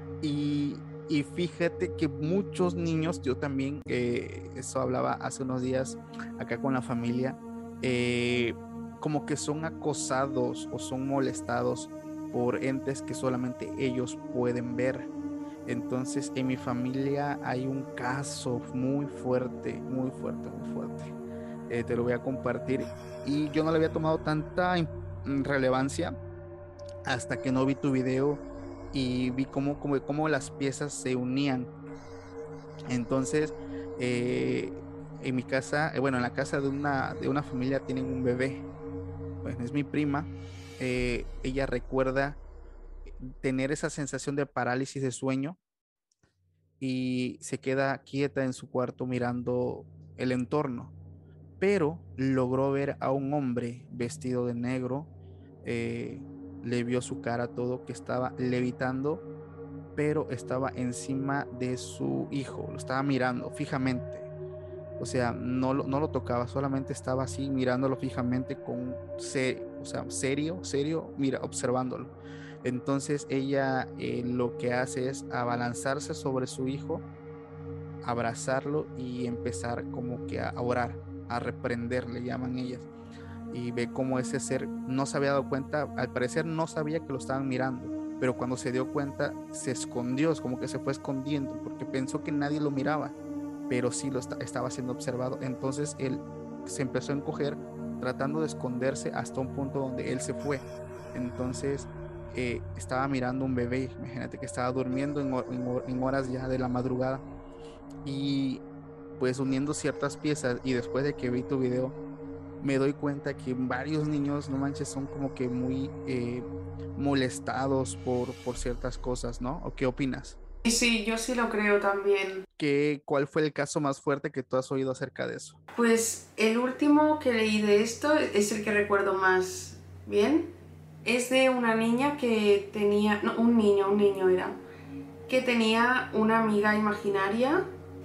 y fíjate que muchos niños, yo también, eso hablaba hace unos días acá con la familia, como que son acosados o son molestados por entes que solamente ellos pueden ver. Entonces en mi familia hay un caso muy fuerte, muy fuerte, muy fuerte. Te lo voy a compartir y yo no le había tomado tanta relevancia hasta que no vi tu video y vi cómo las piezas se unían. Entonces, en mi casa, bueno, en la casa de una familia tienen un bebé. Bueno, es mi prima. Ella recuerda tener esa sensación de parálisis de sueño y se queda quieta en su cuarto mirando el entorno, pero logró ver a un hombre vestido de negro. Le vio su cara, todo, que estaba levitando, pero estaba encima de su hijo, lo estaba mirando fijamente. O sea, no lo tocaba, solamente estaba así mirándolo fijamente serio, mira, observándolo. Entonces ella lo que hace es abalanzarse sobre su hijo, abrazarlo y empezar como que a orar, a reprender, le llaman ellas. Y ve cómo ese ser no se había dado cuenta, al parecer no sabía que lo estaban mirando, pero cuando se dio cuenta se escondió, es como que se fue escondiendo porque pensó que nadie lo miraba, pero sí estaba siendo observado. Entonces él se empezó a encoger tratando de esconderse hasta un punto donde él se fue. Entonces estaba mirando un bebé, imagínate que estaba durmiendo en horas ya de la madrugada, y pues uniendo ciertas piezas, y después de que vi tu video me doy cuenta que varios niños, no manches, son como que muy molestados por ciertas cosas, ¿no? ¿O qué opinas? Sí, yo sí lo creo también. ¿Cuál fue el caso más fuerte que tú has oído acerca de eso? Pues el último que leí de esto es el que recuerdo más bien. Es de una niña que tenía, no, un niño era, que tenía una amiga imaginaria.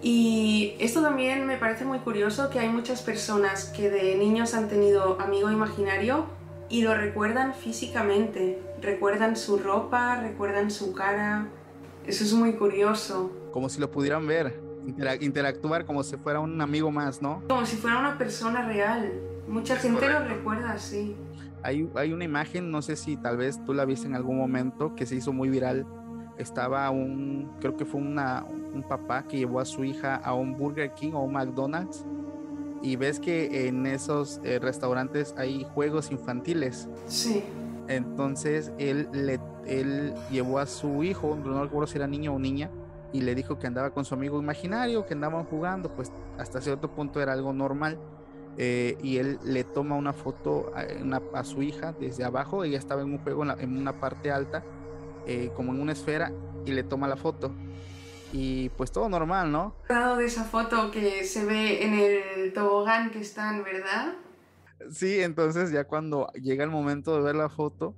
Y esto también me parece muy curioso, que hay muchas personas que de niños han tenido amigo imaginario y lo recuerdan físicamente, recuerdan su ropa, recuerdan su cara. Eso es muy curioso. Como si lo pudieran ver, interactuar como si fuera un amigo más, ¿no? Como si fuera una persona real. Mucha gente lo recuerda así. Hay una imagen, no sé si tal vez tú la viste en algún momento, que se hizo muy viral. Estaba creo que fue un papá que llevó a su hija a un Burger King o un McDonald's, y ves que en esos restaurantes hay juegos infantiles. Sí. Entonces él llevó a su hijo, no recuerdo si era niño o niña, y le dijo que andaba con su amigo imaginario, que andaban jugando, pues hasta cierto punto era algo normal. Y él le toma una foto a su hija desde abajo. Ella estaba en un juego en una parte alta, como en una esfera, y le toma la foto y pues todo normal, ¿no? He dado de esa foto que se ve en el tobogán que están, ¿verdad? Sí, entonces ya cuando llega el momento de ver la foto,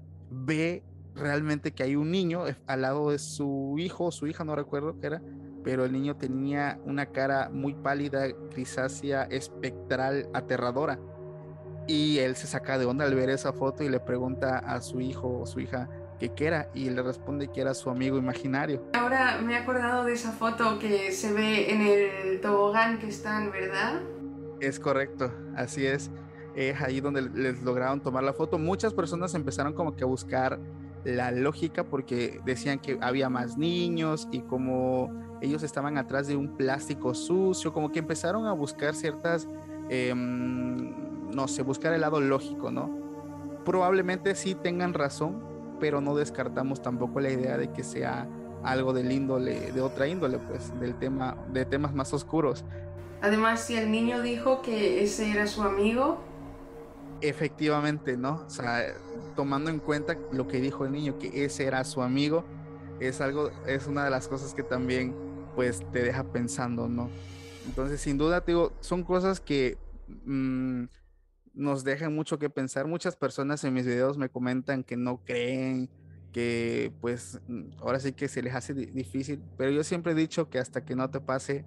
ve realmente que hay un niño al lado de su hijo o su hija, no recuerdo qué era, pero el niño tenía una cara muy pálida, grisácea, espectral, aterradora. Y él se saca de onda al ver esa foto y le pregunta a su hijo o su hija qué era, y le responde que era su amigo imaginario. Ahora me he acordado de esa foto que se ve en el tobogán que están, ¿verdad? Es correcto, así es. Ahí donde les lograron tomar la foto. Muchas personas empezaron como que a buscar la lógica, porque decían que había más niños y como ellos estaban atrás de un plástico sucio, como que empezaron a buscar ciertas, no sé, buscar el lado lógico, ¿no? Probablemente sí tengan razón, pero no descartamos tampoco la idea de que sea algo de otra índole, pues, de temas más oscuros. Además, si el niño dijo que ese era su amigo. Efectivamente, ¿no? O sea, tomando en cuenta lo que dijo el niño, que ese era su amigo, es una de las cosas que también, pues, te deja pensando, ¿no? Entonces, sin duda, te digo, son cosas que nos dejan mucho que pensar. Muchas personas en mis videos me comentan que no creen, que pues ahora sí que se les hace difícil, pero yo siempre he dicho que hasta que no te pase,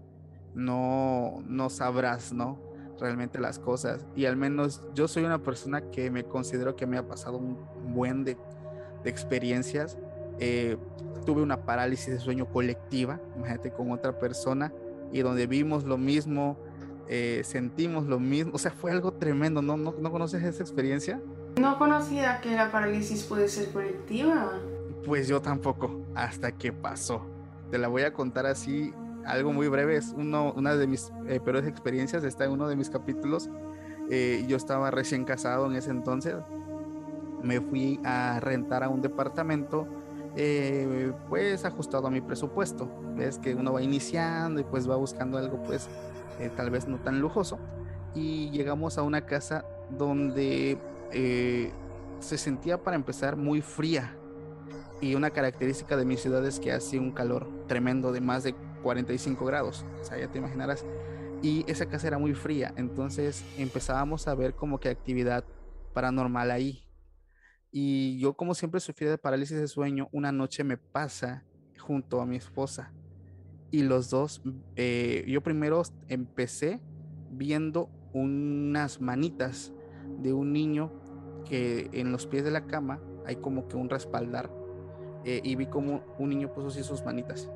no sabrás, ¿no? Realmente las cosas. Y al menos yo soy una persona que me considero que me ha pasado un buen de experiencias. Tuve una parálisis de sueño colectiva, imagínate, con otra persona, y donde vimos lo mismo, sentimos lo mismo, o sea, fue algo tremendo. ¿No conoces esa experiencia? No conocía que la parálisis puede ser colectiva. Pues yo tampoco, hasta que pasó. Te la voy a contar así, algo muy breve. Es una de mis peores experiencias, está en uno de mis capítulos. Yo estaba recién casado en ese entonces. Me fui a rentar a un departamento, pues ajustado a mi presupuesto. Ves que uno va iniciando y pues va buscando algo, pues tal vez no tan lujoso. Y llegamos a una casa donde se sentía, para empezar, muy fría. Y una característica de mi ciudad es que hace un calor tremendo de más de 45 grados. O sea, ya te imaginarás. Y esa casa era muy fría. Entonces empezábamos a ver como que actividad paranormal ahí. Y yo, como siempre sufrí de parálisis de sueño, una noche me pasa junto a mi esposa. Y los dos, yo primero empecé viendo unas manitas de un niño que en los pies de la cama hay como que un respaldar, y vi como un niño puso así sus manitas,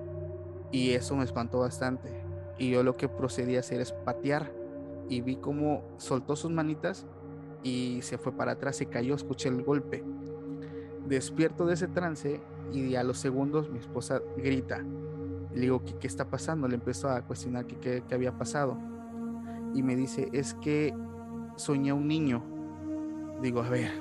y eso me espantó bastante. Y yo lo que procedí a hacer es patear, y vi como soltó sus manitas y se fue para atrás, se cayó, escuché el golpe. Despierto de ese trance y a los segundos mi esposa grita. Le digo, ¿qué está pasando? Le empezó a cuestionar qué había pasado. Y me dice, es que soñé un niño. Digo, a ver,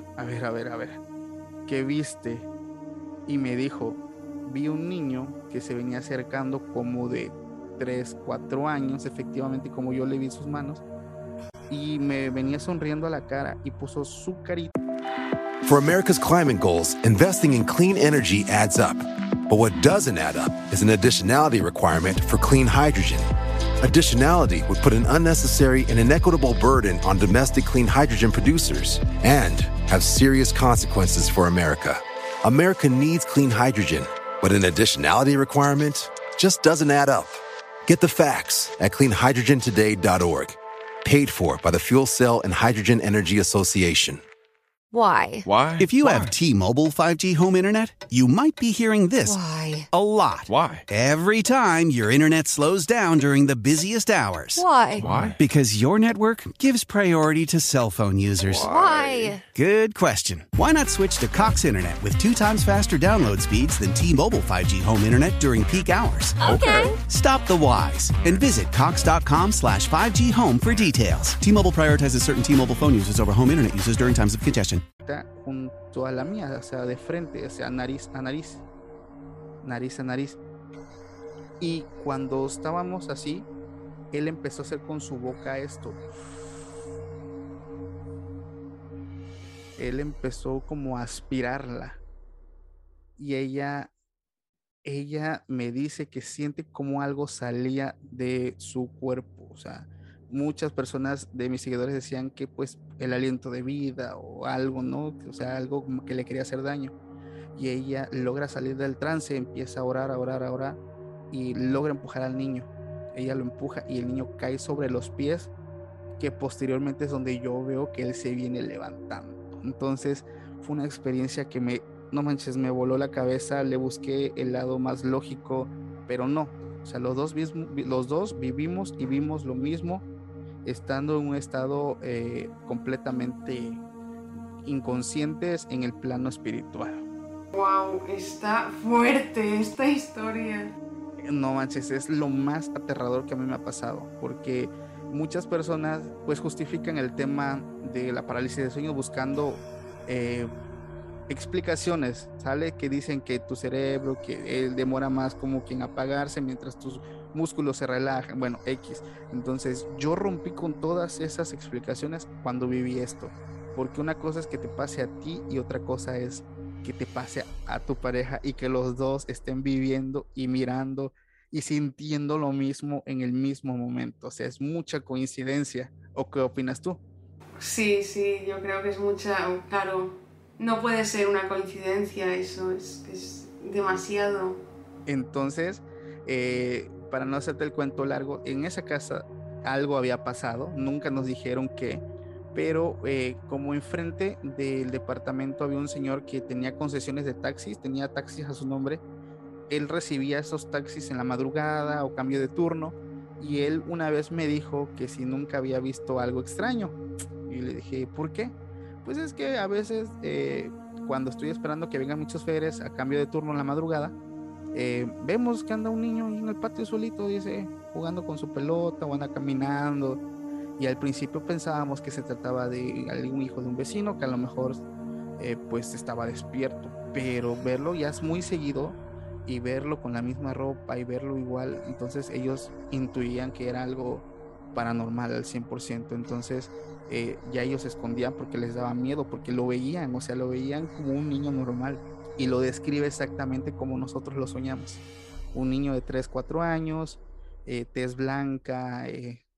¿qué viste? Y me dijo, vi un niño que se venía acercando como de 3, 4 años, efectivamente como yo le vi sus manos, y me venía sonriendo a la cara y puso su carita. For America's climate goals, investing in clean energy adds up. But what doesn't add up is an additionality requirement for clean hydrogen. Additionality would put an unnecessary and inequitable burden on domestic clean hydrogen producers and have serious consequences for America. America needs clean hydrogen, but an additionality requirement just doesn't add up. Get the facts at cleanhydrogentoday.org. Paid for by the Fuel Cell and Hydrogen Energy Association. Why? Why? If you have T-Mobile 5G home internet, you might be hearing this Why? a lot. Why? Every time your internet slows down during the busiest hours. Why? Why? Because your network gives priority to cell phone users. Why? Good question. Why not switch to Cox Internet with 2 times faster download speeds than T-Mobile 5G home internet during peak hours? Okay. Stop the whys and visit cox.com/5G home for details. T-Mobile prioritizes certain T-Mobile phone users over home internet users during times of congestion. Junto a la mía, o sea, de frente, o sea, nariz a nariz. Y cuando estábamos así, él empezó a hacer con su boca esto. Él empezó como a aspirarla. Y ella me dice que siente como algo salía de su cuerpo. O sea, muchas personas de mis seguidores decían que pues el aliento de vida o algo, ¿no? O sea, algo como que le quería hacer daño. Y ella logra salir del trance, empieza a orar y logra empujar al niño. Ella lo empuja y el niño cae sobre los pies, que posteriormente es donde yo veo que él se viene levantando. Entonces fue una experiencia que me voló la cabeza. Le busqué el lado más lógico, pero no. O sea, los dos vivimos y vimos lo mismo, estando en un estado completamente inconscientes en el plano espiritual. Wow, está fuerte esta historia. No manches, es lo más aterrador que a mí me ha pasado, porque muchas personas pues justifican el tema de la parálisis de sueño buscando explicaciones, ¿sale? Que dicen que tu cerebro, que él demora más como que en apagarse mientras tus músculos se relajan, bueno, X. Entonces yo rompí con todas esas explicaciones cuando viví esto, porque una cosa es que te pase a ti y otra cosa es que te pase a tu pareja y que los dos estén viviendo y mirando y sintiendo lo mismo en el mismo momento. O sea, es mucha coincidencia. ¿O qué opinas tú? Sí, sí, yo creo que es mucha, claro, no puede ser una coincidencia eso, es demasiado. Entonces, para no hacerte el cuento largo, en esa casa algo había pasado, nunca nos dijeron qué, pero como enfrente del departamento había un señor que tenía concesiones de taxis, tenía taxis a su nombre, él recibía esos taxis en la madrugada o cambio de turno, y él una vez me dijo que si nunca había visto algo extraño. Y le dije, ¿por qué? Pues es que a veces cuando estoy esperando que vengan mis choferes a cambio de turno en la madrugada, vemos que anda un niño ahí en el patio solito, dice, jugando con su pelota o anda caminando. Y al principio pensábamos que se trataba de algún hijo de un vecino que a lo mejor pues estaba despierto, pero verlo ya es muy seguido y verlo con la misma ropa y verlo igual, entonces ellos intuían que era algo paranormal al 100%. Entonces ya ellos se escondían porque les daba miedo, porque lo veían, o sea, lo veían como un niño normal y lo describe exactamente como nosotros lo soñamos. Un niño de 3 4 años, tez blanca,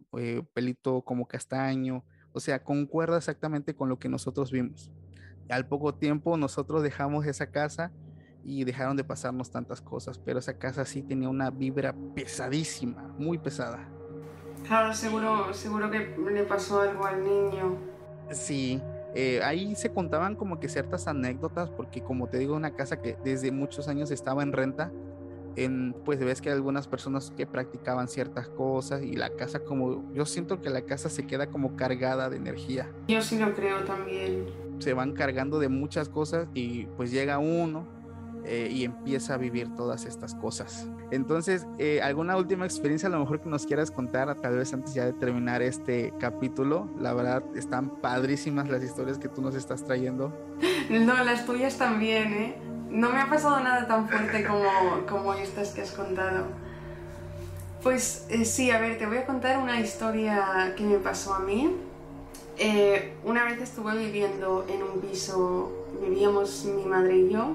pelito como castaño, o sea, concuerda exactamente con lo que nosotros vimos. Al poco tiempo nosotros dejamos esa casa y dejaron de pasarnos tantas cosas, pero esa casa sí tenía una vibra pesadísima, muy pesada. Claro, seguro que le pasó algo al niño. Sí, ahí se contaban como que ciertas anécdotas, porque como te digo, una casa que desde muchos años estaba en renta, pues ves que hay algunas personas que practicaban ciertas cosas y la casa como, yo siento que la casa se queda como cargada de energía. Yo sí lo creo también. Se van cargando de muchas cosas y pues llega uno y empieza a vivir todas estas cosas. Entonces, ¿alguna última experiencia a lo mejor que nos quieras contar, tal vez antes ya de terminar este capítulo? La verdad, están padrísimas las historias que tú nos estás trayendo. No, las tuyas también, ¿eh? No me ha pasado nada tan fuerte como estas que has contado. Pues sí, a ver, te voy a contar una historia que me pasó a mí. Una vez estuve viviendo en un piso, vivíamos mi madre y yo,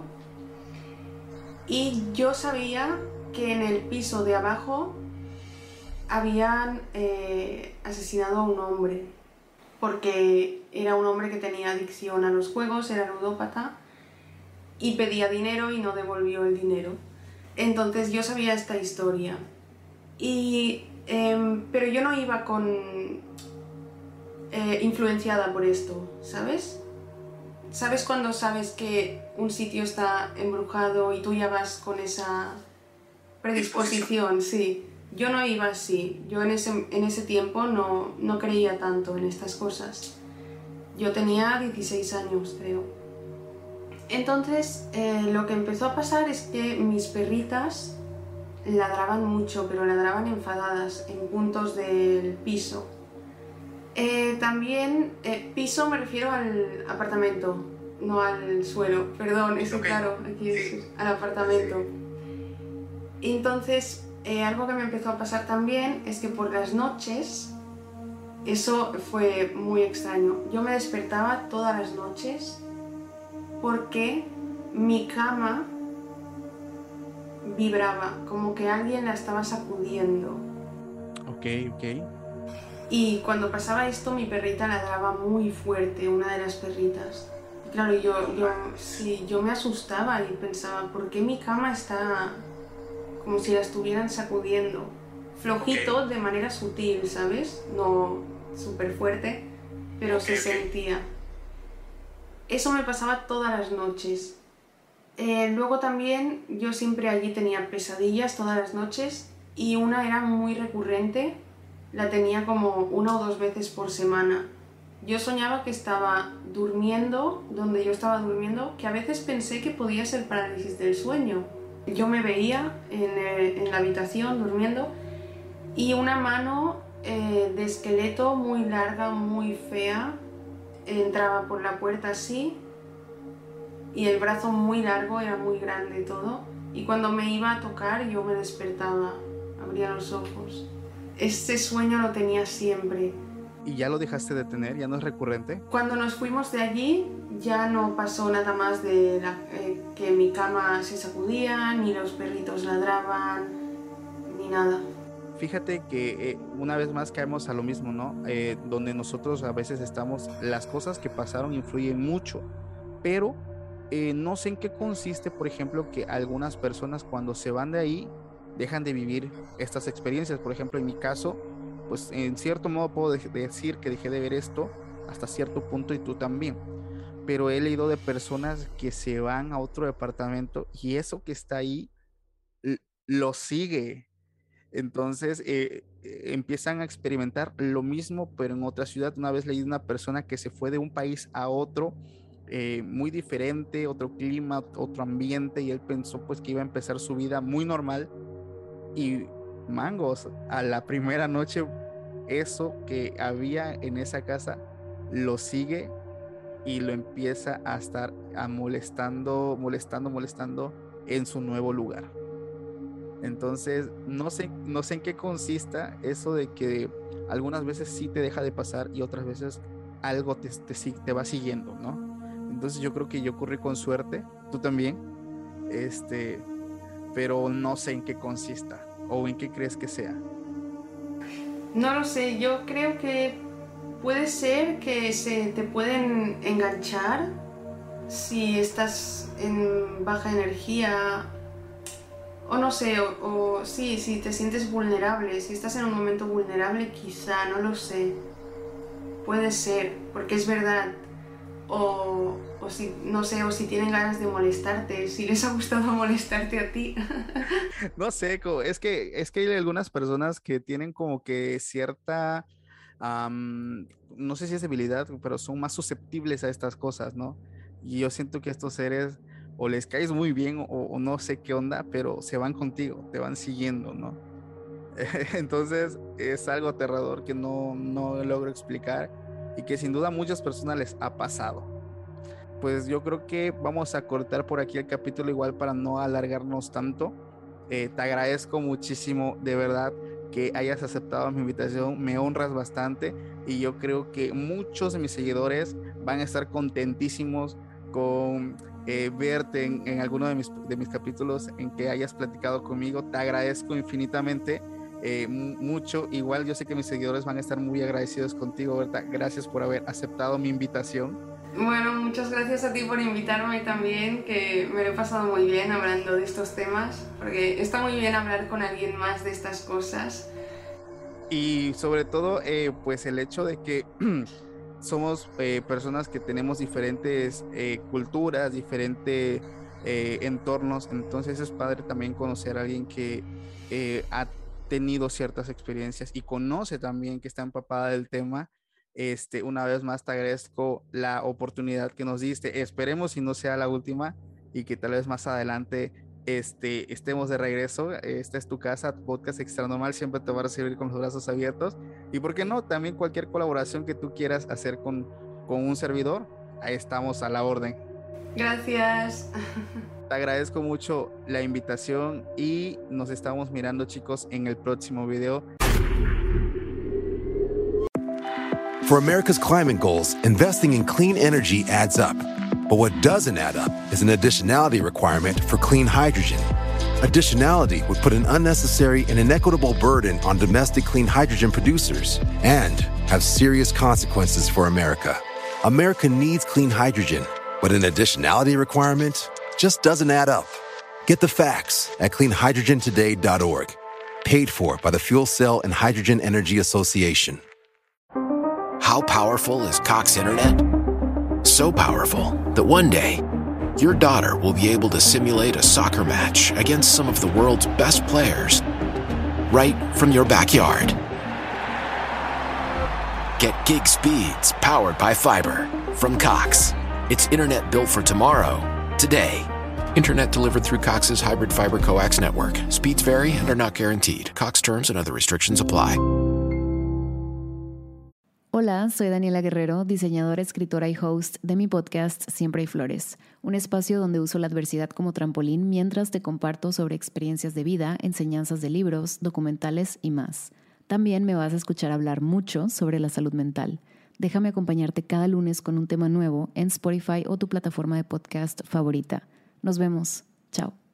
y yo sabía que en el piso de abajo habían asesinado a un hombre, porque era un hombre que tenía adicción a los juegos, era ludópata, y pedía dinero y no devolvió el dinero. Entonces yo sabía esta historia, pero yo no iba influenciada por esto, ¿sabes? ¿Sabes cuando sabes que un sitio está embrujado y tú ya vas con esa predisposición? Sí, yo no iba así. Yo en ese tiempo no creía tanto en estas cosas. Yo tenía 16 años, creo. Entonces, lo que empezó a pasar es que mis perritas ladraban mucho, pero ladraban enfadadas en puntos del piso. También, piso me refiero al apartamento, no al suelo, perdón, eso okay. Claro, aquí es al apartamento. Entonces, algo que me empezó a pasar también es que por las noches, eso fue muy extraño, yo me despertaba todas las noches porque mi cama vibraba, como que alguien la estaba sacudiendo. Ok. Y cuando pasaba esto, mi perrita ladraba muy fuerte, una de las perritas. Y claro, yo me asustaba y pensaba, ¿por qué mi cama está como si la estuvieran sacudiendo? Flojito, okay. De manera sutil, ¿sabes? No súper fuerte, pero okay, se sentía. Eso me pasaba todas las noches. Luego también, yo siempre allí tenía pesadillas todas las noches y una era muy recurrente. La tenía como 1 o 2 veces por semana. Yo soñaba que estaba durmiendo, donde yo estaba durmiendo, que a veces pensé que podía ser parálisis del sueño. Yo me veía en la habitación durmiendo y una mano de esqueleto muy larga, muy fea, entraba por la puerta así y el brazo muy largo, era muy grande todo. Y cuando me iba a tocar yo me despertaba, abría los ojos. Este sueño lo tenía siempre. ¿Y ya lo dejaste de tener? ¿Ya no es recurrente? Cuando nos fuimos de allí ya no pasó nada más de que mi cama se sacudía, ni los perritos ladraban, ni nada. Fíjate que una vez más caemos a lo mismo, ¿no? Donde nosotros a veces estamos, las cosas que pasaron influyen mucho, pero no sé en qué consiste, por ejemplo, que algunas personas cuando se van de ahí dejan de vivir estas experiencias. Por ejemplo, en mi caso, pues en cierto modo puedo decir que dejé de ver esto hasta cierto punto, y tú también, pero he leído de personas que se van a otro departamento y eso que está ahí lo sigue. Entonces empiezan a experimentar lo mismo, pero en otra ciudad. Una vez leí de una persona que se fue de un país a otro, muy diferente, otro clima, otro ambiente, y él pensó pues que iba a empezar su vida muy normal, y mangos, a la primera noche eso que había en esa casa lo sigue y lo empieza a estar molestando en su nuevo lugar. Entonces no sé en qué consista eso de que algunas veces sí te deja de pasar y otras veces algo te va siguiendo, ¿no? Entonces yo creo que yo corrí con suerte, tú también, pero no sé en qué consista o en qué crees que sea. No lo sé, yo creo que puede ser que se te pueden enganchar si estás en baja energía, o no sé, o sí, si te sientes vulnerable, si estás en un momento vulnerable, quizá, no lo sé. Puede ser, porque es verdad. O si, no sé, o si tienen ganas de molestarte, si les ha gustado molestarte a ti. No sé, es que hay algunas personas que tienen como que cierta, no sé si es debilidad, pero son más susceptibles a estas cosas, ¿no? Y yo siento que estos seres o les caes muy bien o no sé qué onda, pero se van contigo, te van siguiendo, ¿no? Entonces es algo aterrador que no logro explicar y que sin duda a muchas personas les ha pasado. Pues yo creo que vamos a cortar por aquí el capítulo igual para no alargarnos tanto. Te agradezco muchísimo, de verdad, que hayas aceptado mi invitación, me honras bastante y yo creo que muchos de mis seguidores van a estar contentísimos con verte en alguno de mis capítulos, en que hayas platicado conmigo. Te agradezco infinitamente. Mucho, igual yo sé que mis seguidores van a estar muy agradecidos contigo, Berta. Gracias por haber aceptado mi invitación. Bueno, muchas gracias a ti por invitarme también, que me lo he pasado muy bien hablando de estos temas, porque está muy bien hablar con alguien más de estas cosas. Y sobre todo, pues el hecho de que somos personas que tenemos diferentes culturas, diferentes entornos, entonces es padre también conocer a alguien que ha tenido ciertas experiencias y conoce también, que está empapada del tema. Una vez más te agradezco la oportunidad que nos diste. Esperemos y no sea la última y que tal vez más adelante estemos de regreso. Esta es tu casa, Podcast Extra Normal siempre te va a recibir con los brazos abiertos, y por qué no, también cualquier colaboración que tú quieras hacer con un servidor, ahí estamos a la orden. Gracias. Te agradezco mucho la invitación y nos estamos mirando, chicos, en el próximo video. For America's climate goals, investing in clean energy adds up. But what doesn't add up is an additionality requirement for clean hydrogen. Additionality would put an unnecessary and inequitable burden on domestic clean hydrogen producers and have serious consequences for America. America needs clean hydrogen, but an additionality requirement just doesn't add up. Get the facts at cleanhydrogentoday.org. Paid for by the Fuel Cell and Hydrogen Energy Association. How powerful is Cox Internet? So powerful that one day, your daughter will be able to simulate a soccer match against some of the world's best players right from your backyard. Get gig speeds powered by fiber from Cox. It's internet built for tomorrow, today. Internet delivered through Cox's hybrid fiber coax network. Speeds vary and are not guaranteed. Cox terms and other restrictions apply. Hola, soy Daniela Guerrero, diseñadora, escritora y host de mi podcast Siempre hay Flores, un espacio donde uso la adversidad como trampolín mientras te comparto sobre experiencias de vida, enseñanzas de libros, documentales y más. También me vas a escuchar hablar mucho sobre la salud mental. Déjame acompañarte cada lunes con un tema nuevo en Spotify o tu plataforma de podcast favorita. Nos vemos. Chao.